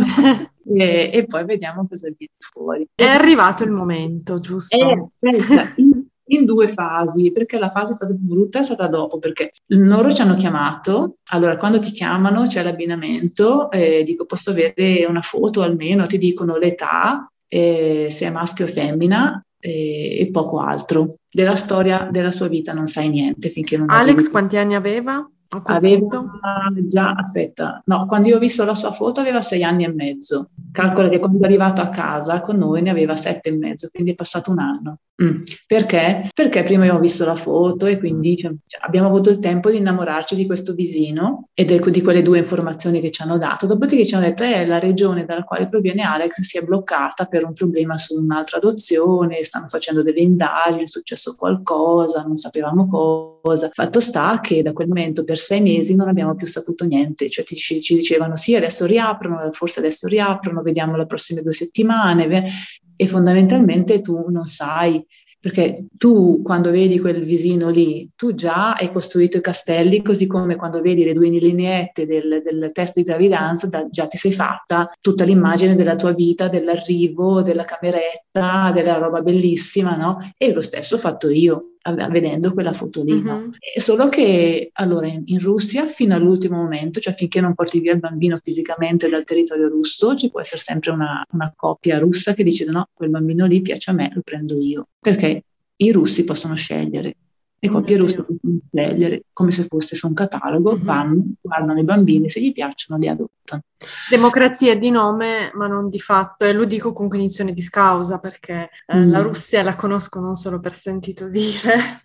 Speaker 2: e, e poi vediamo cosa viene fuori.
Speaker 1: È arrivato il momento, giusto?
Speaker 2: È, aspetta, in, in due fasi, perché la fase è stata più brutta, è stata dopo, perché loro ci hanno chiamato, allora quando ti chiamano c'è l'abbinamento, eh, dico posso avere una foto almeno, ti dicono l'età, eh, se è maschio o femmina, eh, e poco altro. Della storia della sua vita non sai niente finché non
Speaker 1: Alex
Speaker 2: arrivi.
Speaker 1: quanti anni aveva? A quel
Speaker 2: Aveva
Speaker 1: punto?
Speaker 2: già, aspetta, no, quando io ho visto la sua foto aveva sei anni e mezzo. Calcola che quando è arrivato a casa con noi ne aveva sette e mezzo, quindi è passato un anno. Mm. Perché? Perché prima io ho visto la foto e quindi cioè, abbiamo avuto il tempo di innamorarci di questo visino e de, di quelle due informazioni che ci hanno dato. Dopodiché ci hanno detto eh, la regione dalla quale proviene Alex si è bloccata per un problema su un'altra adozione, stanno facendo delle indagini, è successo qualcosa, non sapevamo cosa. Fatto sta che da quel momento per sei mesi non abbiamo più saputo niente, cioè ci, ci dicevano sì, adesso riaprono, forse adesso riaprono, vediamo le prossime due settimane, e fondamentalmente tu non sai, perché tu quando vedi quel visino lì, tu già hai costruito i castelli, così come quando vedi le due lineette del, del test di gravidanza, da, già ti sei fatta tutta l'immagine della tua vita, dell'arrivo, della cameretta, della roba bellissima, no? E lo stesso ho fatto io, vedendo quella foto lì, no?
Speaker 1: Mm-hmm.
Speaker 2: Solo che allora in, in Russia fino all'ultimo momento, cioè finché non porti via il bambino fisicamente dal territorio russo, ci può essere sempre una, una coppia russa che dice no, quel bambino lì piace a me, lo prendo io, perché i russi possono scegliere, le coppie
Speaker 1: Mio
Speaker 2: russe
Speaker 1: Dio.
Speaker 2: possono scegliere come se fosse su un catalogo,
Speaker 1: Mm-hmm.
Speaker 2: vanno, guardano i bambini, se gli piacciono li adottano.
Speaker 1: Democrazia di nome, ma non di fatto, e lo dico con cognizione di causa perché eh,
Speaker 2: Mm.
Speaker 1: la Russia la conosco non solo per sentito dire.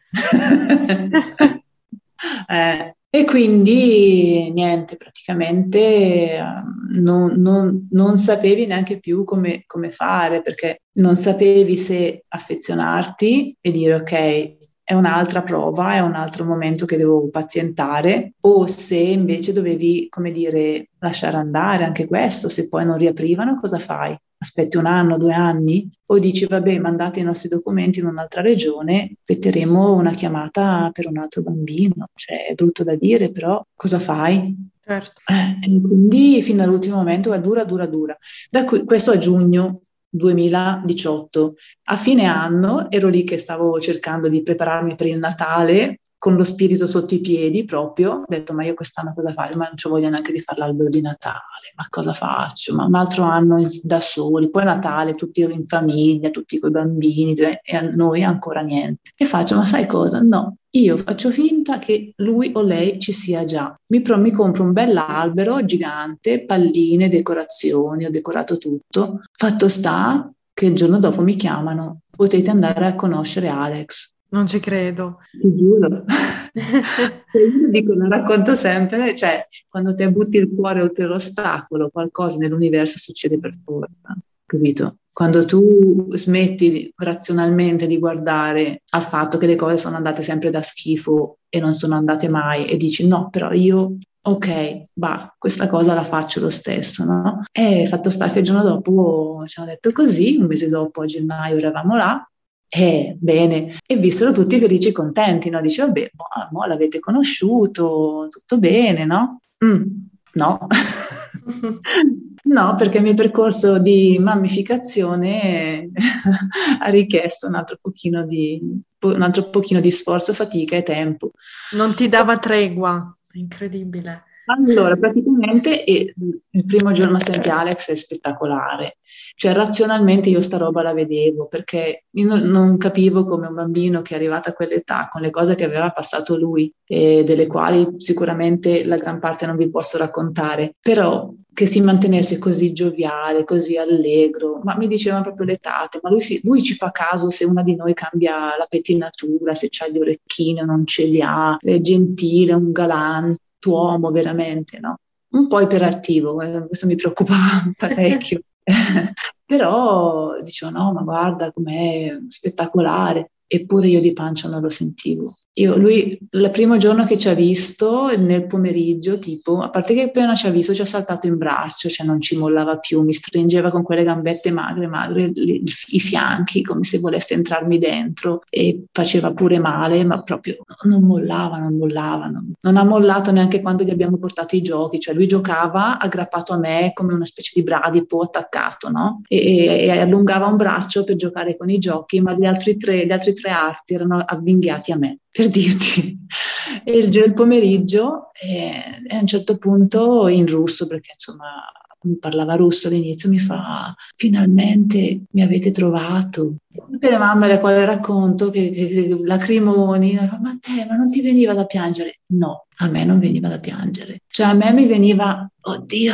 Speaker 2: eh, e quindi niente, praticamente eh, non, non, non sapevi neanche più come, come fare, perché non sapevi se affezionarti e dire ok, è un'altra prova, è un altro momento che devo pazientare, o se invece dovevi, come dire, lasciare andare anche questo, se poi non riaprivano, cosa fai? Aspetti un anno, due anni? O dici, vabbè, mandate i nostri documenti in un'altra regione, aspetteremo una chiamata per un altro bambino. Cioè, è brutto da dire, però cosa fai?
Speaker 1: Certo.
Speaker 2: Eh, e quindi fino all'ultimo momento è dura, dura, dura. Da qui, questo a giugno duemiladiciotto. A fine anno ero lì che stavo cercando di prepararmi per il Natale, con lo spirito sotto i piedi proprio. Ho detto, ma io quest'anno cosa faccio? Ma non c'ho voglia neanche di fare l'albero di Natale, ma cosa faccio? Ma un altro anno in- da soli, poi Natale tutti in famiglia, tutti coi bambini, cioè, e a noi ancora niente. E faccio, ma sai cosa? No, io faccio finta che lui o lei ci sia già. Mi, pro- mi compro un bell'albero gigante, palline, decorazioni, ho decorato tutto. Fatto sta che il giorno dopo mi chiamano, potete andare a conoscere Alex.
Speaker 1: Non ci credo.
Speaker 2: Ti giuro. Cioè, io dico, lo racconto sempre, cioè, quando ti butti il cuore oltre l'ostacolo, qualcosa nell'universo succede per forza, capito?
Speaker 1: Sì.
Speaker 2: Quando tu smetti di- razionalmente di guardare al fatto che le cose sono andate sempre da schifo e non sono andate mai e dici no, però io, ok, bah, questa cosa la faccio lo stesso, no? E fatto sta che il giorno dopo ci hanno detto così, un mese dopo a gennaio eravamo là. Eh, bene, e vissero tutti felici e contenti, no? Dice, vabbè, mo, ah, mo l'avete conosciuto, tutto bene, no? Mm, no. No, perché il mio percorso di mammificazione ha richiesto un altro pochino di, un altro pochino di sforzo, fatica e tempo.
Speaker 1: Non ti dava tregua. Incredibile.
Speaker 2: Allora, praticamente eh, il primo giorno, ma senti Alex, è spettacolare. Cioè, razionalmente io sta roba la vedevo, perché io non, non capivo come un bambino che è arrivato a quell'età, con le cose che aveva passato lui, e delle quali sicuramente la gran parte non vi posso raccontare, però che si mantenesse così gioviale, così allegro, ma mi diceva proprio le tate, ma lui, si- lui ci fa caso se una di noi cambia la pettinatura, se ha gli orecchini o non ce li ha, è gentile, un galante uomo veramente, no? Un po' iperattivo, eh, questo mi preoccupava parecchio. Però dicevo no, ma guarda com'è spettacolare. Eppure io di pancia non lo sentivo. Io, lui, il primo giorno che ci ha visto, nel pomeriggio, tipo, a parte che appena ci ha visto, ci ha saltato in braccio, cioè non ci mollava più, mi stringeva con quelle gambette magre, magre, li- i fianchi, come se volesse entrarmi dentro, e faceva pure male, ma proprio non mollava, non mollava. Non, non ha mollato neanche quando gli abbiamo portato i giochi, cioè lui giocava aggrappato a me come una specie di bradipo attaccato, no? E, e- e allungava un braccio per giocare con i giochi, ma gli altri tre, gli altri tre arti erano avvinghiati a me, per dirti. E il, il pomeriggio, e, e a un certo punto in russo, perché insomma parlava russo all'inizio, mi fa finalmente mi avete trovato. Tutte le mamme alle quali racconto che, che, che lacrimoni, ma te, ma non ti veniva da piangere? No, a me non veniva da piangere. Cioè a me mi veniva, oddio,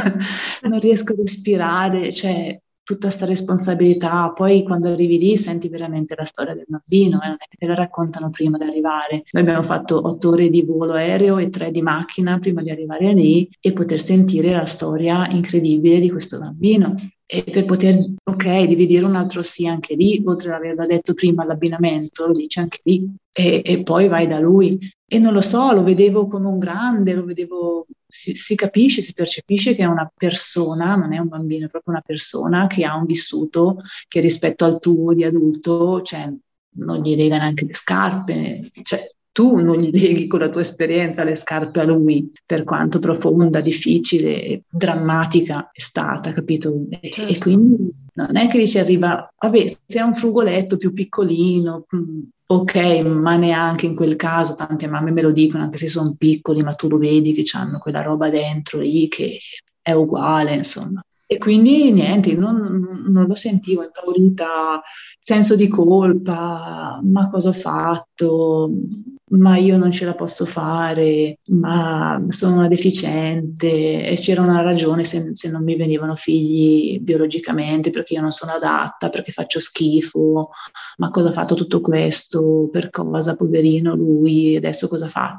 Speaker 2: non riesco a respirare, cioè tutta sta responsabilità. Poi quando arrivi lì senti veramente la storia del bambino, eh, non è che te la raccontano prima di arrivare. Noi abbiamo fatto otto ore di volo aereo e tre di macchina prima di arrivare lì e poter sentire la storia incredibile di questo bambino. E per poter, ok, devi dire un altro sì anche lì, oltre ad averla detto prima all'abbinamento, lo dici anche lì. E, e poi vai da lui. E non lo so, lo vedevo come un grande, lo vedevo, si, si capisce, si percepisce che è una persona, non è un bambino, è proprio una persona che ha un vissuto che rispetto al tuo di adulto, cioè, non gli lega neanche le scarpe, cioè, tu non gli leghi con la tua esperienza le scarpe a lui, per quanto profonda, difficile, drammatica è stata, capito? E, e
Speaker 1: Certo.
Speaker 2: quindi non è che ci arriva, vabbè, se è un frugoletto più piccolino, mh, ok, ma neanche in quel caso, tante mamme me lo dicono, anche se sono piccoli, ma tu lo vedi che hanno quella roba dentro lì che è uguale, insomma. E quindi niente, non, non lo sentivo impaurita, senso di colpa, ma cosa ho fatto? Ma io non ce la posso fare, ma sono una deficiente e c'era una ragione se, se non mi venivano figli biologicamente, perché io non sono adatta, perché faccio schifo, ma cosa ha fatto tutto questo? Per cosa, poverino lui, adesso cosa fa? Insomma,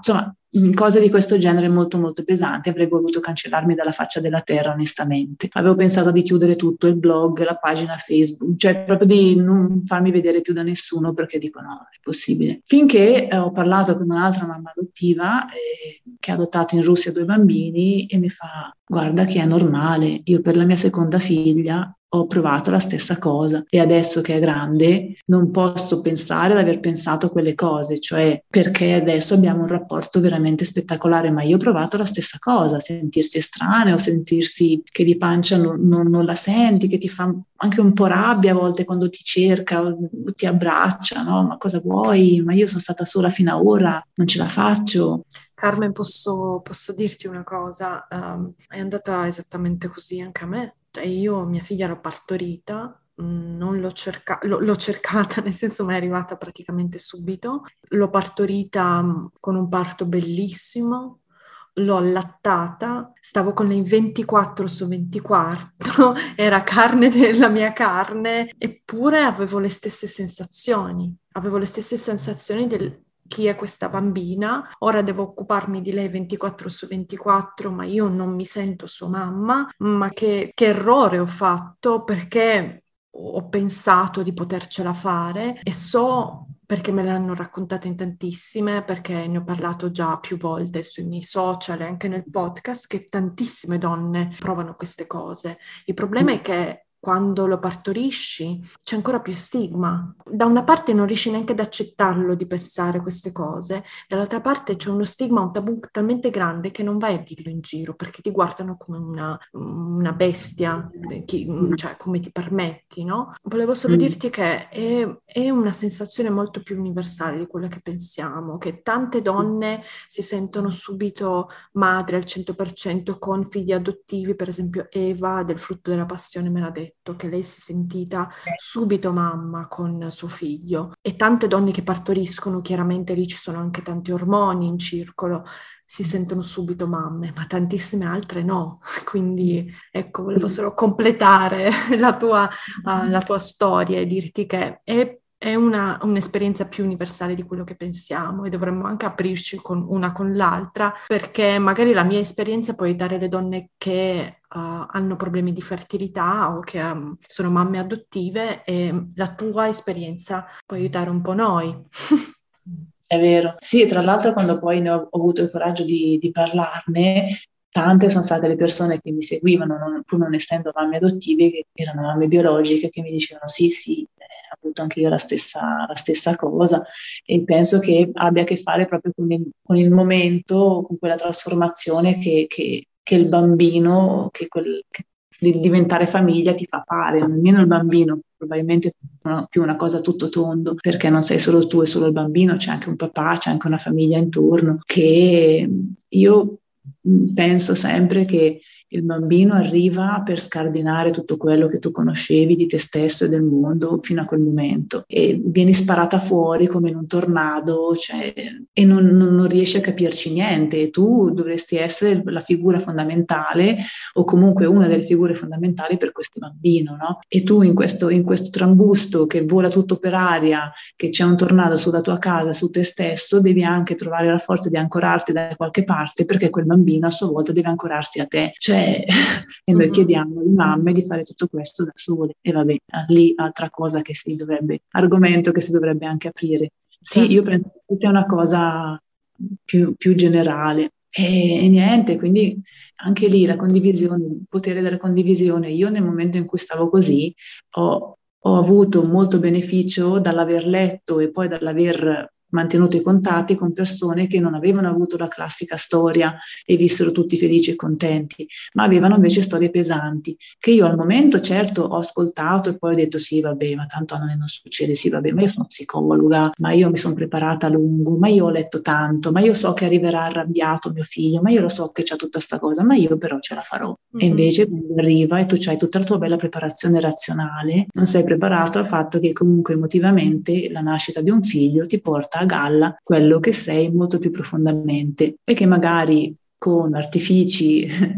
Speaker 2: cose di questo genere molto molto pesanti, avrei voluto cancellarmi dalla faccia della terra onestamente. Avevo pensato di chiudere tutto, il blog, la pagina Facebook, cioè proprio di non farmi vedere più da nessuno, perché dico no, è possibile. Finché eh, ho parlato con un'altra mamma adottiva eh, che ha adottato in Russia due bambini e mi fa: guarda che è normale, io per la mia seconda figlia ho provato la stessa cosa e adesso che è grande non posso pensare ad aver pensato quelle cose, cioè perché adesso abbiamo un rapporto veramente spettacolare, ma io ho provato la stessa cosa, sentirsi estraneo, sentirsi che di pancia non, non, non la senti, che ti fa anche un po' rabbia a volte quando ti cerca o ti abbraccia, no? Ma cosa vuoi? Ma io sono stata sola fino ad ora, non ce la faccio.
Speaker 1: Carmen, posso, posso dirti una cosa? Um, è andata esattamente così anche a me. Cioè, io mia figlia l'ho partorita, mh, non l'ho cercata, l'ho cercata, nel senso mi è arrivata praticamente subito. L'ho partorita mh, con un parto bellissimo, l'ho allattata, stavo con lei ventiquattro su ventiquattro, era carne della mia carne, eppure avevo le stesse sensazioni, avevo le stesse sensazioni del chi è questa bambina, ora devo occuparmi di lei ventiquattro su ventiquattro, ma io non mi sento sua mamma, ma che, che errore ho fatto, perché ho pensato di potercela fare e so, perché me le hanno raccontate in tantissime, perché ne ho parlato già più volte sui miei social e anche nel podcast, che tantissime donne provano queste cose. Il problema è che quando lo partorisci c'è ancora più stigma. Da una parte non riesci neanche ad accettarlo di pensare queste cose, dall'altra parte c'è uno stigma, un tabù talmente grande che non vai a dirlo in giro perché ti guardano come una, una bestia, chi, cioè come ti permetti, no? Volevo solo dirti che è, è una sensazione molto più universale di quella che pensiamo, che tante donne si sentono subito madri al cento per cento con figli adottivi, per esempio Eva del Frutto della Passione me l'ha detto, che lei si è sentita subito mamma con suo figlio, e tante donne che partoriscono, chiaramente lì ci sono anche tanti ormoni in circolo, si sentono subito mamme, ma tantissime altre no. Quindi ecco, volevo solo completare la tua, uh, la tua storia e dirti che è È una, un'esperienza più universale di quello che pensiamo e dovremmo anche aprirci con una con l'altra, perché magari la mia esperienza può aiutare le donne che uh, hanno problemi di fertilità o che um, sono mamme adottive, e la tua esperienza può aiutare un po' noi.
Speaker 2: È vero. Sì, tra l'altro quando poi ne ho, ho avuto il coraggio di, di parlarne, tante sono state le persone che mi seguivano, non, pur non essendo mamme adottive, che erano mamme biologiche, che mi dicevano sì, sì, eh, ho avuto anche io la stessa, la stessa cosa, e penso che abbia a che fare proprio con il, con il momento, con quella trasformazione che, che, che il bambino, che, quel, che di diventare famiglia ti fa fare, nemmeno il bambino, probabilmente no, più una cosa a tutto tondo, perché non sei solo tu e solo il bambino, c'è anche un papà, c'è anche una famiglia intorno, che io penso sempre che il bambino arriva per scardinare tutto quello che tu conoscevi di te stesso e del mondo fino a quel momento, e vieni sparata fuori come in un tornado, cioè, e non, non, non riesci a capirci niente, e tu dovresti essere la figura fondamentale o comunque una delle figure fondamentali per questo bambino, no? E tu in questo, in questo trambusto che vola tutto per aria, che c'è un tornado sulla tua casa, su te stesso, devi anche trovare la forza di ancorarti da qualche parte, perché quel bambino a sua volta deve ancorarsi a te, cioè e noi mm-hmm. chiediamo alle mamme di fare tutto questo da sole, e vabbè, lì altra cosa che si dovrebbe, argomento che si dovrebbe anche aprire. Sì, certo. Io penso che sia una cosa più, più generale. E, e niente, quindi anche lì la condivisione, il potere della condivisione. Io nel momento in cui stavo così ho, ho avuto molto beneficio dall'aver letto e poi dall'aver mantenuto i contatti con persone che non avevano avuto la classica storia e vissero tutti felici e contenti, ma avevano invece storie pesanti, che io al momento certo ho ascoltato e poi ho detto sì vabbè, ma tanto a noi non succede, sì vabbè, ma io sono psicologa, ma io mi sono preparata a lungo, ma io ho letto tanto, ma io so che arriverà arrabbiato mio figlio, ma io lo so che c'è tutta sta cosa, ma io però ce la farò. Mm-hmm. E invece quando arriva e tu c'hai tutta la tua bella preparazione razionale, non sei preparato al fatto che comunque emotivamente la nascita di un figlio ti porta a galla quello che sei molto più profondamente, e che magari con artifici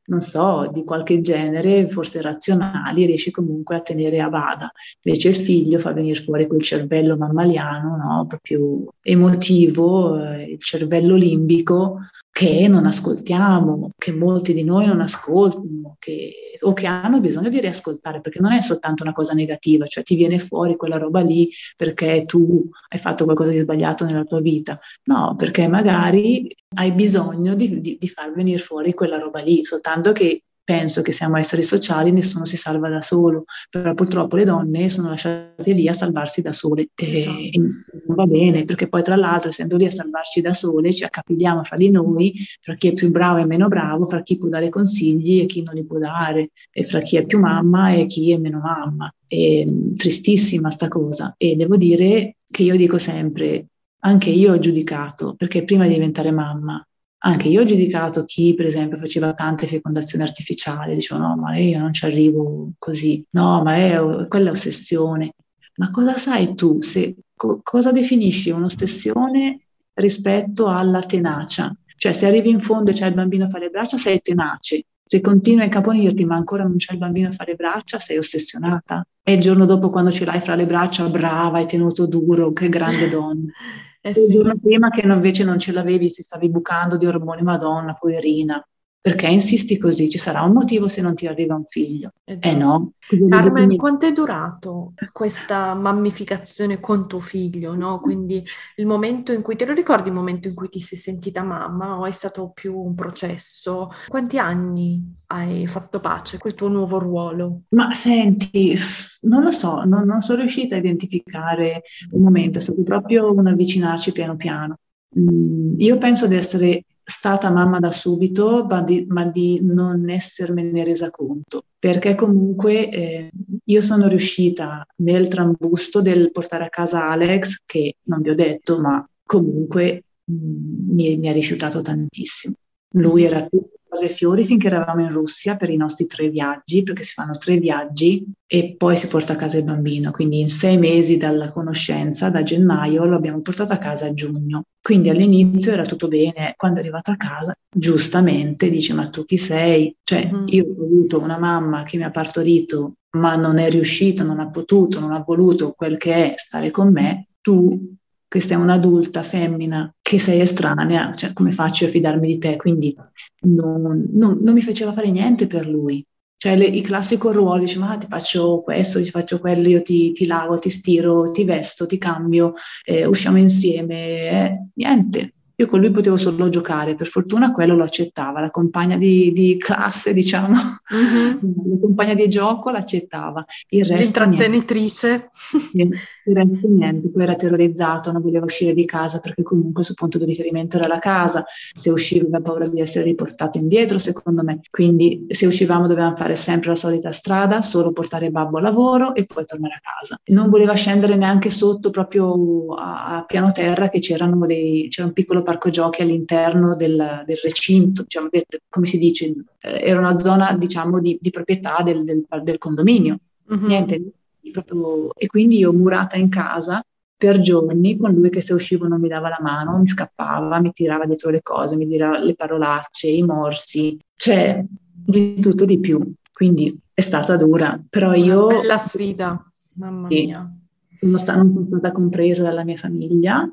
Speaker 2: non so, di qualche genere, forse razionali, riesci comunque a tenere a bada. Invece il figlio fa venire fuori quel cervello mammaliano, no? Proprio emotivo, eh, il cervello limbico che non ascoltiamo, che molti di noi non ascoltano, che, o che hanno bisogno di riascoltare, perché non è soltanto una cosa negativa, cioè ti viene fuori quella roba lì perché tu hai fatto qualcosa di sbagliato nella tua vita. No, perché magari hai bisogno di, di, di far venire fuori quella roba lì, soltanto che penso che siamo esseri sociali, nessuno si salva da solo, però purtroppo le donne sono lasciate lì a salvarsi da sole e, e non va bene, perché poi tra l'altro essendo lì a salvarci da sole ci accapigliamo fra di noi, fra chi è più bravo e meno bravo, fra chi può dare consigli e chi non li può dare, e fra chi è più mamma e chi è meno mamma. È tristissima sta cosa e devo dire che io dico sempre, anche io ho giudicato, perché prima di diventare mamma, anche io ho giudicato chi, per esempio, faceva tante fecondazioni artificiali, dicevo no, ma io non ci arrivo così, no, ma è, quella è ossessione. Ma cosa sai tu? Se, co- cosa definisci un'ossessione rispetto alla tenacia? Cioè, se arrivi in fondo e c'è il bambino a fare le braccia, sei tenace. Se continui a incaponirti, ma ancora non c'è il bambino a fare le braccia, sei ossessionata. E il giorno dopo, quando ce l'hai fra le braccia, brava, hai tenuto duro, che grande donna.
Speaker 1: Eh
Speaker 2: Il
Speaker 1: sì.
Speaker 2: giorno prima che invece non ce l'avevi, ti stavi bucando di ormoni, Madonna, poverina. Perché insisti così? Ci sarà un motivo se non ti arriva un figlio.
Speaker 1: Eh
Speaker 2: Eh
Speaker 1: già.
Speaker 2: no? Cosa devi
Speaker 1: Carmen,
Speaker 2: dire?
Speaker 1: quanto è durato questa mammificazione con tuo figlio, no? Quindi il momento in cui, te lo ricordi il momento in cui ti sei sentita mamma o è stato più un processo? Quanti anni hai fatto pace col tuo nuovo ruolo?
Speaker 2: Ma senti, non lo so, non, non sono riuscita a identificare un momento, è stato proprio un avvicinarci piano piano. Mm, io penso di essere stata mamma da subito, ma di, ma di non essermene resa conto, perché comunque eh, io sono riuscita nel trambusto del portare a casa Alex, che non vi ho detto, ma comunque mm, mi, mi ha rifiutato tantissimo. Lui
Speaker 1: Mhm.
Speaker 2: era tutto alle fiori finché eravamo in Russia per i nostri tre viaggi, perché si fanno tre viaggi e poi si porta a casa il bambino. Quindi in sei mesi dalla conoscenza, da gennaio, lo abbiamo portato a casa a giugno. Quindi all'inizio era tutto bene. Quando è arrivato a casa, giustamente dice: ma tu chi sei? Cioè, io
Speaker 1: Mhm.
Speaker 2: ho avuto una mamma che mi ha partorito, ma non è riuscita, non ha potuto, non ha voluto quel che è stare con me. Tu che sei un'adulta femmina, che sei estranea, cioè come faccio a fidarmi di te? Quindi non, non- non mi faceva fare niente per lui. Cioè le- il classico ruolo, dice, ma ti faccio questo, ti faccio quello, io ti, ti lavo, ti stiro, ti vesto, ti cambio, eh, usciamo insieme, eh, niente. Io con lui potevo solo giocare, per fortuna quello lo accettava, la compagna di, di classe, diciamo,
Speaker 1: Mhm.
Speaker 2: la compagna di gioco l'accettava, il resto niente.
Speaker 1: L'intrattenitrice.
Speaker 2: Sì, il resto niente, poi era terrorizzato, non voleva uscire di casa perché comunque il suo punto di riferimento era la casa, se usciva aveva paura di essere riportato indietro, secondo me, quindi se uscivamo dovevamo fare sempre la solita strada, solo portare babbo a lavoro e poi tornare a casa. Non voleva scendere neanche sotto proprio a, a piano terra che c'erano dei, c'era un piccolo parco giochi all'interno del, del recinto, diciamo, del- come si dice, eh, era una zona diciamo di, di proprietà del, del del condominio.
Speaker 1: Mhm.
Speaker 2: Niente, proprio- e quindi io murata in casa per giorni con lui che se uscivo non mi dava la mano, mi scappava, mi tirava dietro le cose, mi dirà le parolacce, i morsi, cioè di tutto di più. Quindi è stata dura, però
Speaker 1: Una
Speaker 2: io
Speaker 1: bella sfida, mamma
Speaker 2: sì,
Speaker 1: mia.
Speaker 2: sono sta- non sono stata compresa dalla mia famiglia,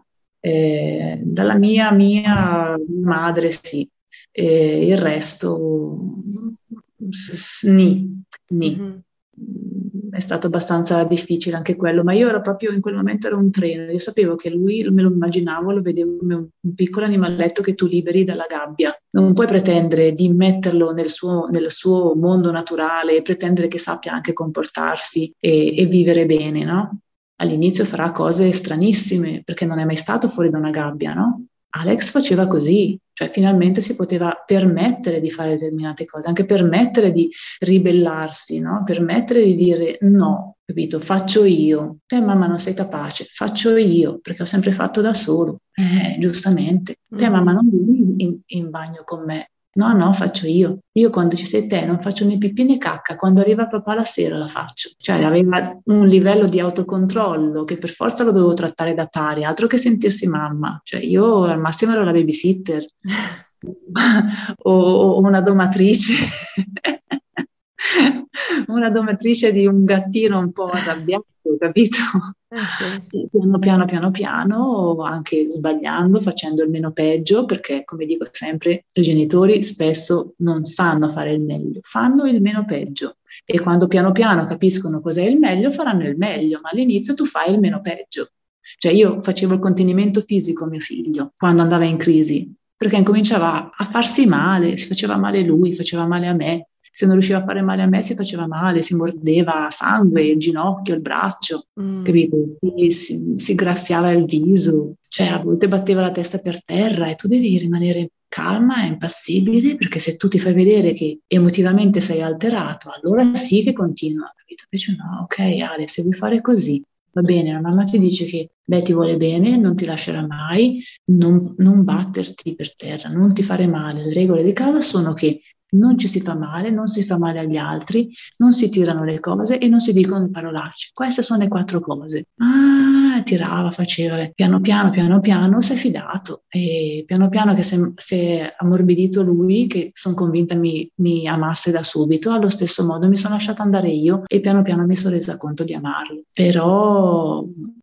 Speaker 2: eh, dalla mia, mia madre sì, e il resto s- s- nì, nì.
Speaker 1: Mhm.
Speaker 2: È stato abbastanza difficile anche quello, ma io ero proprio in quel momento ero un treno, io sapevo che lui, me lo immaginavo, lo vedevo come un, un piccolo animaletto che tu liberi dalla gabbia. Non puoi pretendere di metterlo nel suo, nel suo mondo naturale e pretendere che sappia anche comportarsi e, e vivere bene, no? All'inizio farà cose stranissime perché non è mai stato fuori da una gabbia, no? Alex faceva così, cioè finalmente si poteva permettere di fare determinate cose, anche permettere di ribellarsi, no? Permettere di dire no, capito? Faccio io. Te mamma non sei capace, faccio io, perché ho sempre fatto da solo. Eh, giustamente. Te mamma
Speaker 1: Mhm.
Speaker 2: non vieni in, in bagno con me. No, no, faccio io. Io quando ci sei te non faccio né pipì né cacca, quando arriva papà la sera la faccio. Cioè aveva un livello di autocontrollo che per forza lo dovevo trattare da pari, altro che sentirsi mamma. Cioè io al massimo ero la babysitter. o, o una domatrice, una domatrice di un gattino un po' arrabbiato, capito?
Speaker 1: Eh sì.
Speaker 2: E piano piano piano piano, anche sbagliando, facendo il meno peggio, perché come dico sempre, i genitori spesso non sanno fare il meglio, fanno il meno peggio. E quando piano piano capiscono cos'è il meglio, faranno il meglio, ma all'inizio tu fai il meno peggio. Cioè io facevo il contenimento fisico a mio figlio quando andava in crisi, perché incominciava a farsi male, si faceva male lui, faceva male a me. Se non riusciva a fare male a me, si faceva male, si mordeva sangue, il ginocchio, il braccio,
Speaker 1: Mm.
Speaker 2: capito? Si, si, si graffiava il viso, cioè a volte batteva la testa per terra e tu devi rimanere calma e impassibile, perché se tu ti fai vedere che emotivamente sei alterato, allora sì che continua, capito? Invece no, ok Ale, se vuoi fare così, va bene, la mamma ti dice che lei ti vuole bene, non ti lascerà mai, non, non batterti per terra, non ti fare male. Le regole di casa sono che non ci si fa male, non si fa male agli altri, non si tirano le cose e non si dicono parolacce. Queste sono le quattro cose. Ah, tirava, faceva, piano piano, piano piano si è fidato e piano piano che si è ammorbidito lui, che sono convinta mi, mi amasse da subito, allo stesso modo mi sono lasciata andare io e piano piano mi sono resa conto di amarlo. Però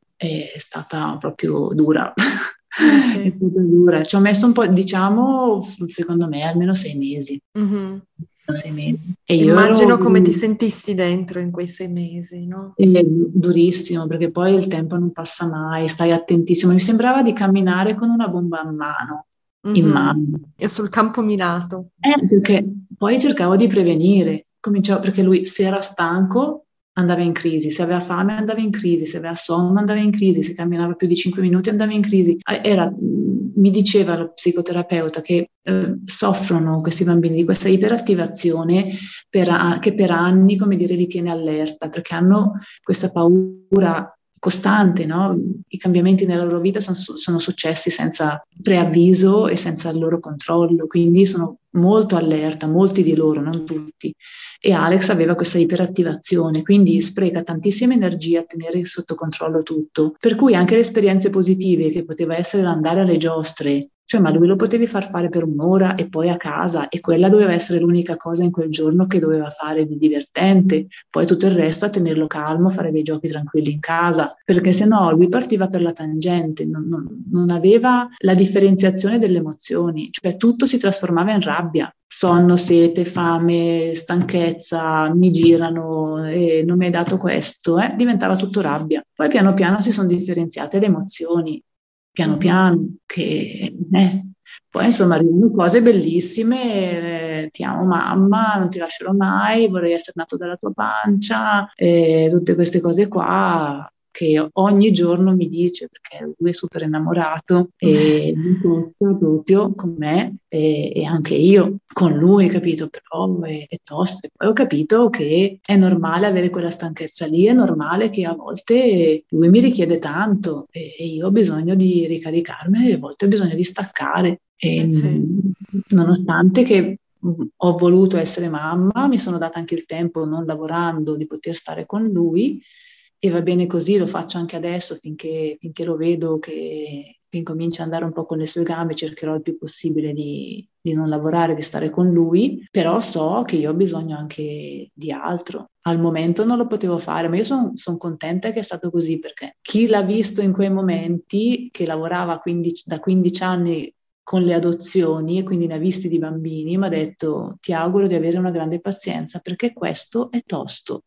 Speaker 2: è stata proprio dura.
Speaker 1: Eh
Speaker 2: È
Speaker 1: sì.
Speaker 2: stata dura. Ci ho messo un po', diciamo, secondo me, almeno sei mesi.
Speaker 1: Mhm.
Speaker 2: Almeno sei mesi. E io ero
Speaker 1: Immagino come ti sentissi dentro in quei sei mesi, no?
Speaker 2: eh, durissimo, perché poi il tempo non passa mai, stai attentissimo. Mi sembrava di camminare con una bomba in mano, in
Speaker 1: Mhm.
Speaker 2: mano.
Speaker 1: E sul campo minato.
Speaker 2: Eh, perché poi cercavo di prevenire, cominciavo perché lui se era stanco andava in crisi, se aveva fame andava in crisi, se aveva sonno andava in crisi, se camminava più di cinque minuti andava in crisi. Eh, Era, mi diceva lo psicoterapeuta che eh, soffrono questi bambini di questa iperattivazione per a- che per anni, come dire, li tiene allerta, perché hanno questa paura costante, no? I cambiamenti nella loro vita sono, sono successi senza preavviso e senza il loro controllo, quindi sono molto allerta, molti di loro, non tutti. E Alex aveva questa iperattivazione, quindi spreca tantissima energia a tenere sotto controllo tutto. Per cui anche le esperienze positive, che poteva essere l'andare alle giostre, cioè, ma lui lo potevi far fare per un'ora e poi a casa, e quella doveva essere l'unica cosa in quel giorno che doveva fare di divertente. Poi tutto il resto a tenerlo calmo, a fare dei giochi tranquilli in casa, perché se no lui partiva per la tangente, non, non, non aveva la differenziazione delle emozioni, cioè tutto si trasformava in rabbia. Sonno, sete, fame, stanchezza, mi girano e non mi hai dato questo, eh? Diventava tutto rabbia. Poi piano piano si sono differenziate le emozioni, piano
Speaker 1: Mhm.
Speaker 2: piano, che eh. Poi insomma arrivano cose bellissime, eh, ti amo mamma, non ti lascerò mai, vorrei essere nato dalla tua pancia, e tutte queste cose qua che ogni giorno mi dice, perché lui è super innamorato e mi tocca proprio con me e, e anche io con lui, capito? Però è, è tosto. E poi ho capito che è normale avere quella stanchezza lì, è normale che a volte lui mi richiede tanto e, e io ho bisogno di ricaricarmi, e a volte ho bisogno di staccare. E,
Speaker 1: Eh sì.
Speaker 2: mh, nonostante che mh, ho voluto essere mamma, mi sono data anche il tempo, non lavorando, di poter stare con lui e va bene così, lo faccio anche adesso finché, finché lo vedo che, che incomincia ad andare un po' con le sue gambe, cercherò il più possibile di, di non lavorare, di stare con lui, però so che io ho bisogno anche di altro. Al momento non lo potevo fare, ma io sono son contenta che è stato così, perché chi l'ha visto in quei momenti, che lavorava quindici da quindici anni con le adozioni e quindi ne ha visti di bambini, mi ha detto ti auguro di avere una grande pazienza perché questo è tosto.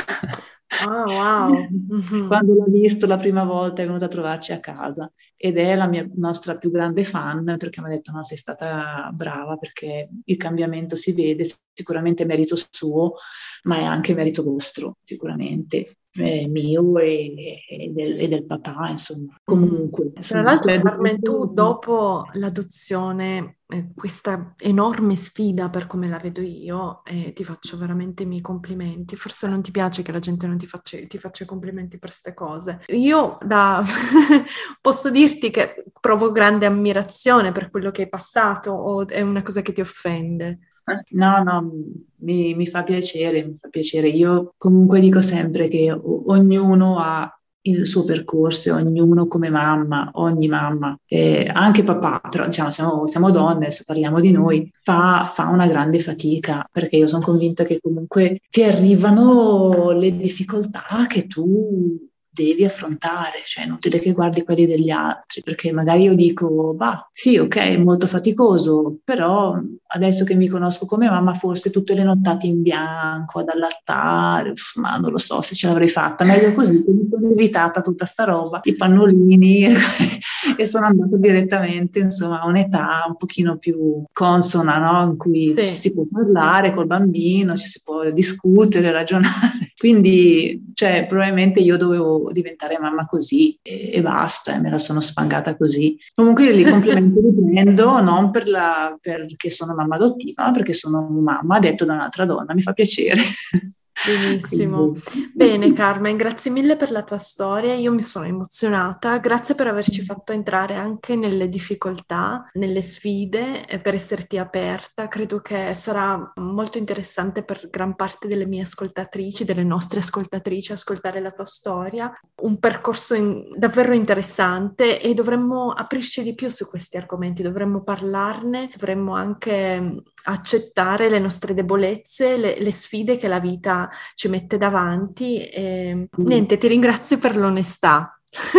Speaker 1: Ah, wow. Mhm.
Speaker 2: Quando l'ho visto la prima volta è venuta a trovarci a casa ed è la mia nostra più grande fan perché mi ha detto no, sei stata brava perché il cambiamento si vede, sicuramente è merito suo, ma è anche merito vostro, sicuramente, eh, mio e, e del, e del papà, insomma.
Speaker 1: Mhm.
Speaker 2: Comunque,
Speaker 1: Tra
Speaker 2: insomma,
Speaker 1: l'altro,
Speaker 2: per di
Speaker 1: Carmen,
Speaker 2: questo-
Speaker 1: tu dopo l'adozione, eh, questa enorme sfida per come la vedo io, eh, ti faccio veramente i miei complimenti. Forse non ti piace che la gente non ti faccia, ti faccia i complimenti per queste cose. Io da... posso dirti che provo grande ammirazione per quello che hai passato o è una cosa che ti offende?
Speaker 2: No, no, mi, mi fa piacere, mi fa piacere. Io comunque dico sempre che o- ognuno ha il suo percorso e ognuno come mamma, ogni mamma, eh, anche papà, però diciamo siamo, siamo donne, adesso parliamo di noi, fa, fa una grande fatica, perché io sono convinta che comunque ti arrivano le difficoltà che tu devi affrontare, cioè è inutile che guardi quelli degli altri, perché magari io dico, bah, sì, ok, è molto faticoso, però adesso che mi conosco come mamma, forse tutte le nottate in bianco ad allattare, uff, ma non lo so se ce l'avrei fatta, meglio così, che mi sono evitata tutta sta roba, i pannolini e sono andata direttamente, insomma, a un'età un pochino più consona, no? In cui
Speaker 1: Sì.
Speaker 2: ci si può parlare col bambino, ci si può discutere, ragionare, quindi, cioè, probabilmente io dovevo diventare mamma così e, e basta, e me la sono spangata così. Comunque li complimenti li prendo non per la, perché sono mamma adottiva, ma perché sono mamma detto da un'altra donna, mi fa piacere.
Speaker 1: Benissimo. Bene Carmen, grazie mille per la tua storia, io mi sono emozionata, grazie per averci fatto entrare anche nelle difficoltà, nelle sfide e per esserti aperta, credo che sarà molto interessante per gran parte delle mie ascoltatrici, delle nostre ascoltatrici, ascoltare la tua storia, un percorso in- davvero interessante e dovremmo aprirci di più su questi argomenti, dovremmo parlarne, dovremmo anche accettare le nostre debolezze, le, le sfide che la vita ci mette davanti e niente, ti ringrazio per l'onestà.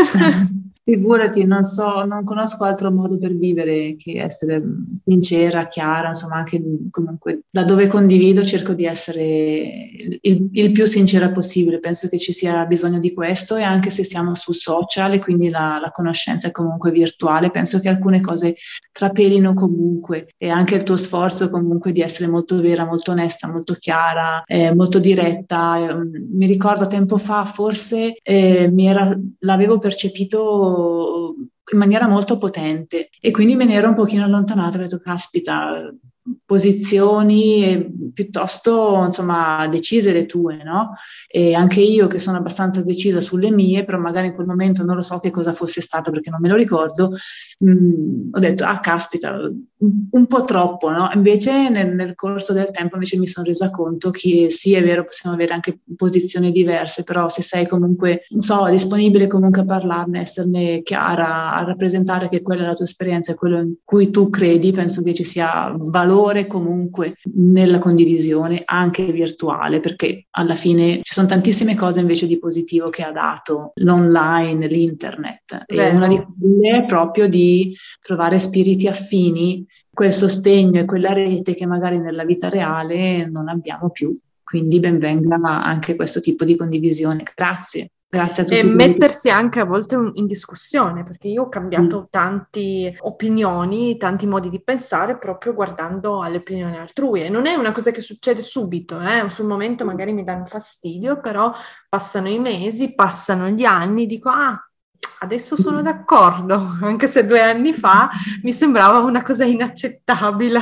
Speaker 2: Figurati, non so, non conosco altro modo per vivere che essere sincera, chiara, insomma, anche comunque da dove condivido cerco di essere il, il più sincera possibile. Penso che ci sia bisogno di questo e anche se siamo su social e quindi la, la conoscenza è comunque virtuale, penso che alcune cose trapelino comunque e anche il tuo sforzo comunque di essere molto vera, molto onesta, molto chiara, eh, molto diretta. Eh, mi ricordo tempo fa, forse eh, mi era, l'avevo percepito in maniera molto potente e quindi me ne ero un pochino allontanata, ho detto caspita, posizioni e piuttosto insomma decise le tue, no? E anche io che sono abbastanza decisa sulle mie, però magari in quel momento non lo so che cosa fosse stato perché non me lo ricordo, mh, ho detto ah caspita, un, un po' troppo, no? Invece nel, nel corso del tempo invece mi sono resa conto che sì, è vero, possiamo avere anche posizioni diverse, però se sei comunque, non so, disponibile comunque a parlarne, esserne chiara, a rappresentare che quella è la tua esperienza e quello in cui tu credi, penso che ci sia valore comunque nella condivisione anche virtuale, perché alla fine ci sono tantissime cose invece di positivo che ha dato l'online, l'internet, e
Speaker 1: Vero.
Speaker 2: una di quelle è proprio di trovare spiriti affini, quel sostegno e quella rete che magari nella vita reale non abbiamo più. Quindi ben venga anche questo tipo di condivisione. Grazie. Grazie a tutti.
Speaker 1: E mettersi anche a volte in discussione, perché io ho cambiato
Speaker 2: Mm.
Speaker 1: tante opinioni, tanti modi di pensare proprio guardando alle opinioni altrui. E non è una cosa che succede subito, eh? Sul momento magari mi danno fastidio, però passano i mesi, passano gli anni, dico ah, adesso sono d'accordo, anche se due anni fa mi sembrava una cosa inaccettabile.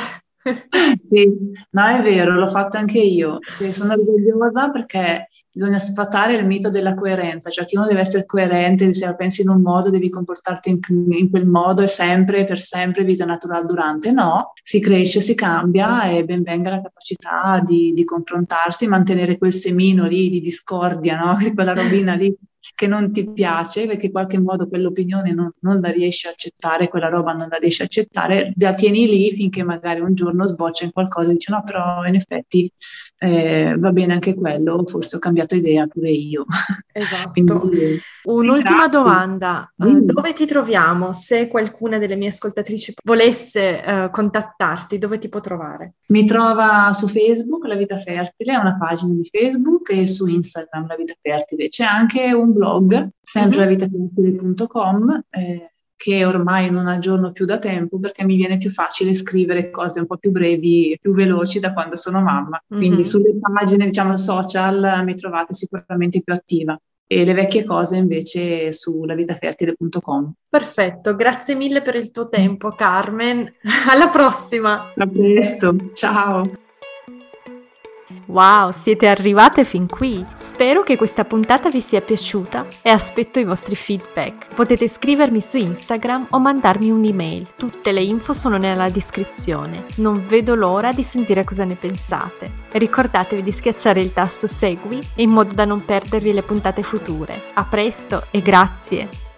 Speaker 2: Sì, no, è vero, l'ho fatto anche io. Sì, sono orgogliosa perché bisogna sfatare il mito della coerenza, cioè che uno deve essere coerente, se la pensi in un modo devi comportarti in, in quel modo e sempre, per sempre, vita naturale durante. No, si cresce, si cambia e ben venga la capacità di, di confrontarsi, mantenere quel semino lì di discordia, no? Quella robina lì che non ti piace, perché in qualche modo quell'opinione non, non la riesci a accettare, quella roba non la riesci a accettare, la tieni lì finché magari un giorno sboccia in qualcosa e dici no, però in effetti eh, va bene anche quello, forse ho cambiato idea pure io.
Speaker 1: Esatto.
Speaker 2: Quindi,
Speaker 1: Un'ultima
Speaker 2: grazie.
Speaker 1: domanda, uh,
Speaker 2: Dimmi.
Speaker 1: dove ti troviamo? Se qualcuna delle mie ascoltatrici volesse uh, contattarti, dove ti può trovare?
Speaker 2: Mi trova su Facebook, La Vita Fertile, è una pagina di Facebook, e su Instagram, La Vita Fertile. C'è anche un blog, sempre
Speaker 1: Mhm.
Speaker 2: lavitafertile punto com, eh, che ormai non aggiorno più da tempo perché mi viene più facile scrivere cose un po' più brevi e più veloci da quando sono mamma. Quindi
Speaker 1: Mhm.
Speaker 2: sulle pagine, diciamo, social mi trovate sicuramente più attiva. E le vecchie cose invece su lavitafertile punto com.
Speaker 1: Perfetto, grazie mille per il tuo tempo, Carmen. Alla prossima!
Speaker 2: A presto, ciao!
Speaker 1: Wow, siete arrivate fin qui! Spero che questa puntata vi sia piaciuta e aspetto i vostri feedback. Potete scrivermi su Instagram o mandarmi un'email. Tutte le info sono nella descrizione. Non vedo l'ora di sentire cosa ne pensate. Ricordatevi di schiacciare il tasto segui in modo da non perdervi le puntate future. A presto e grazie!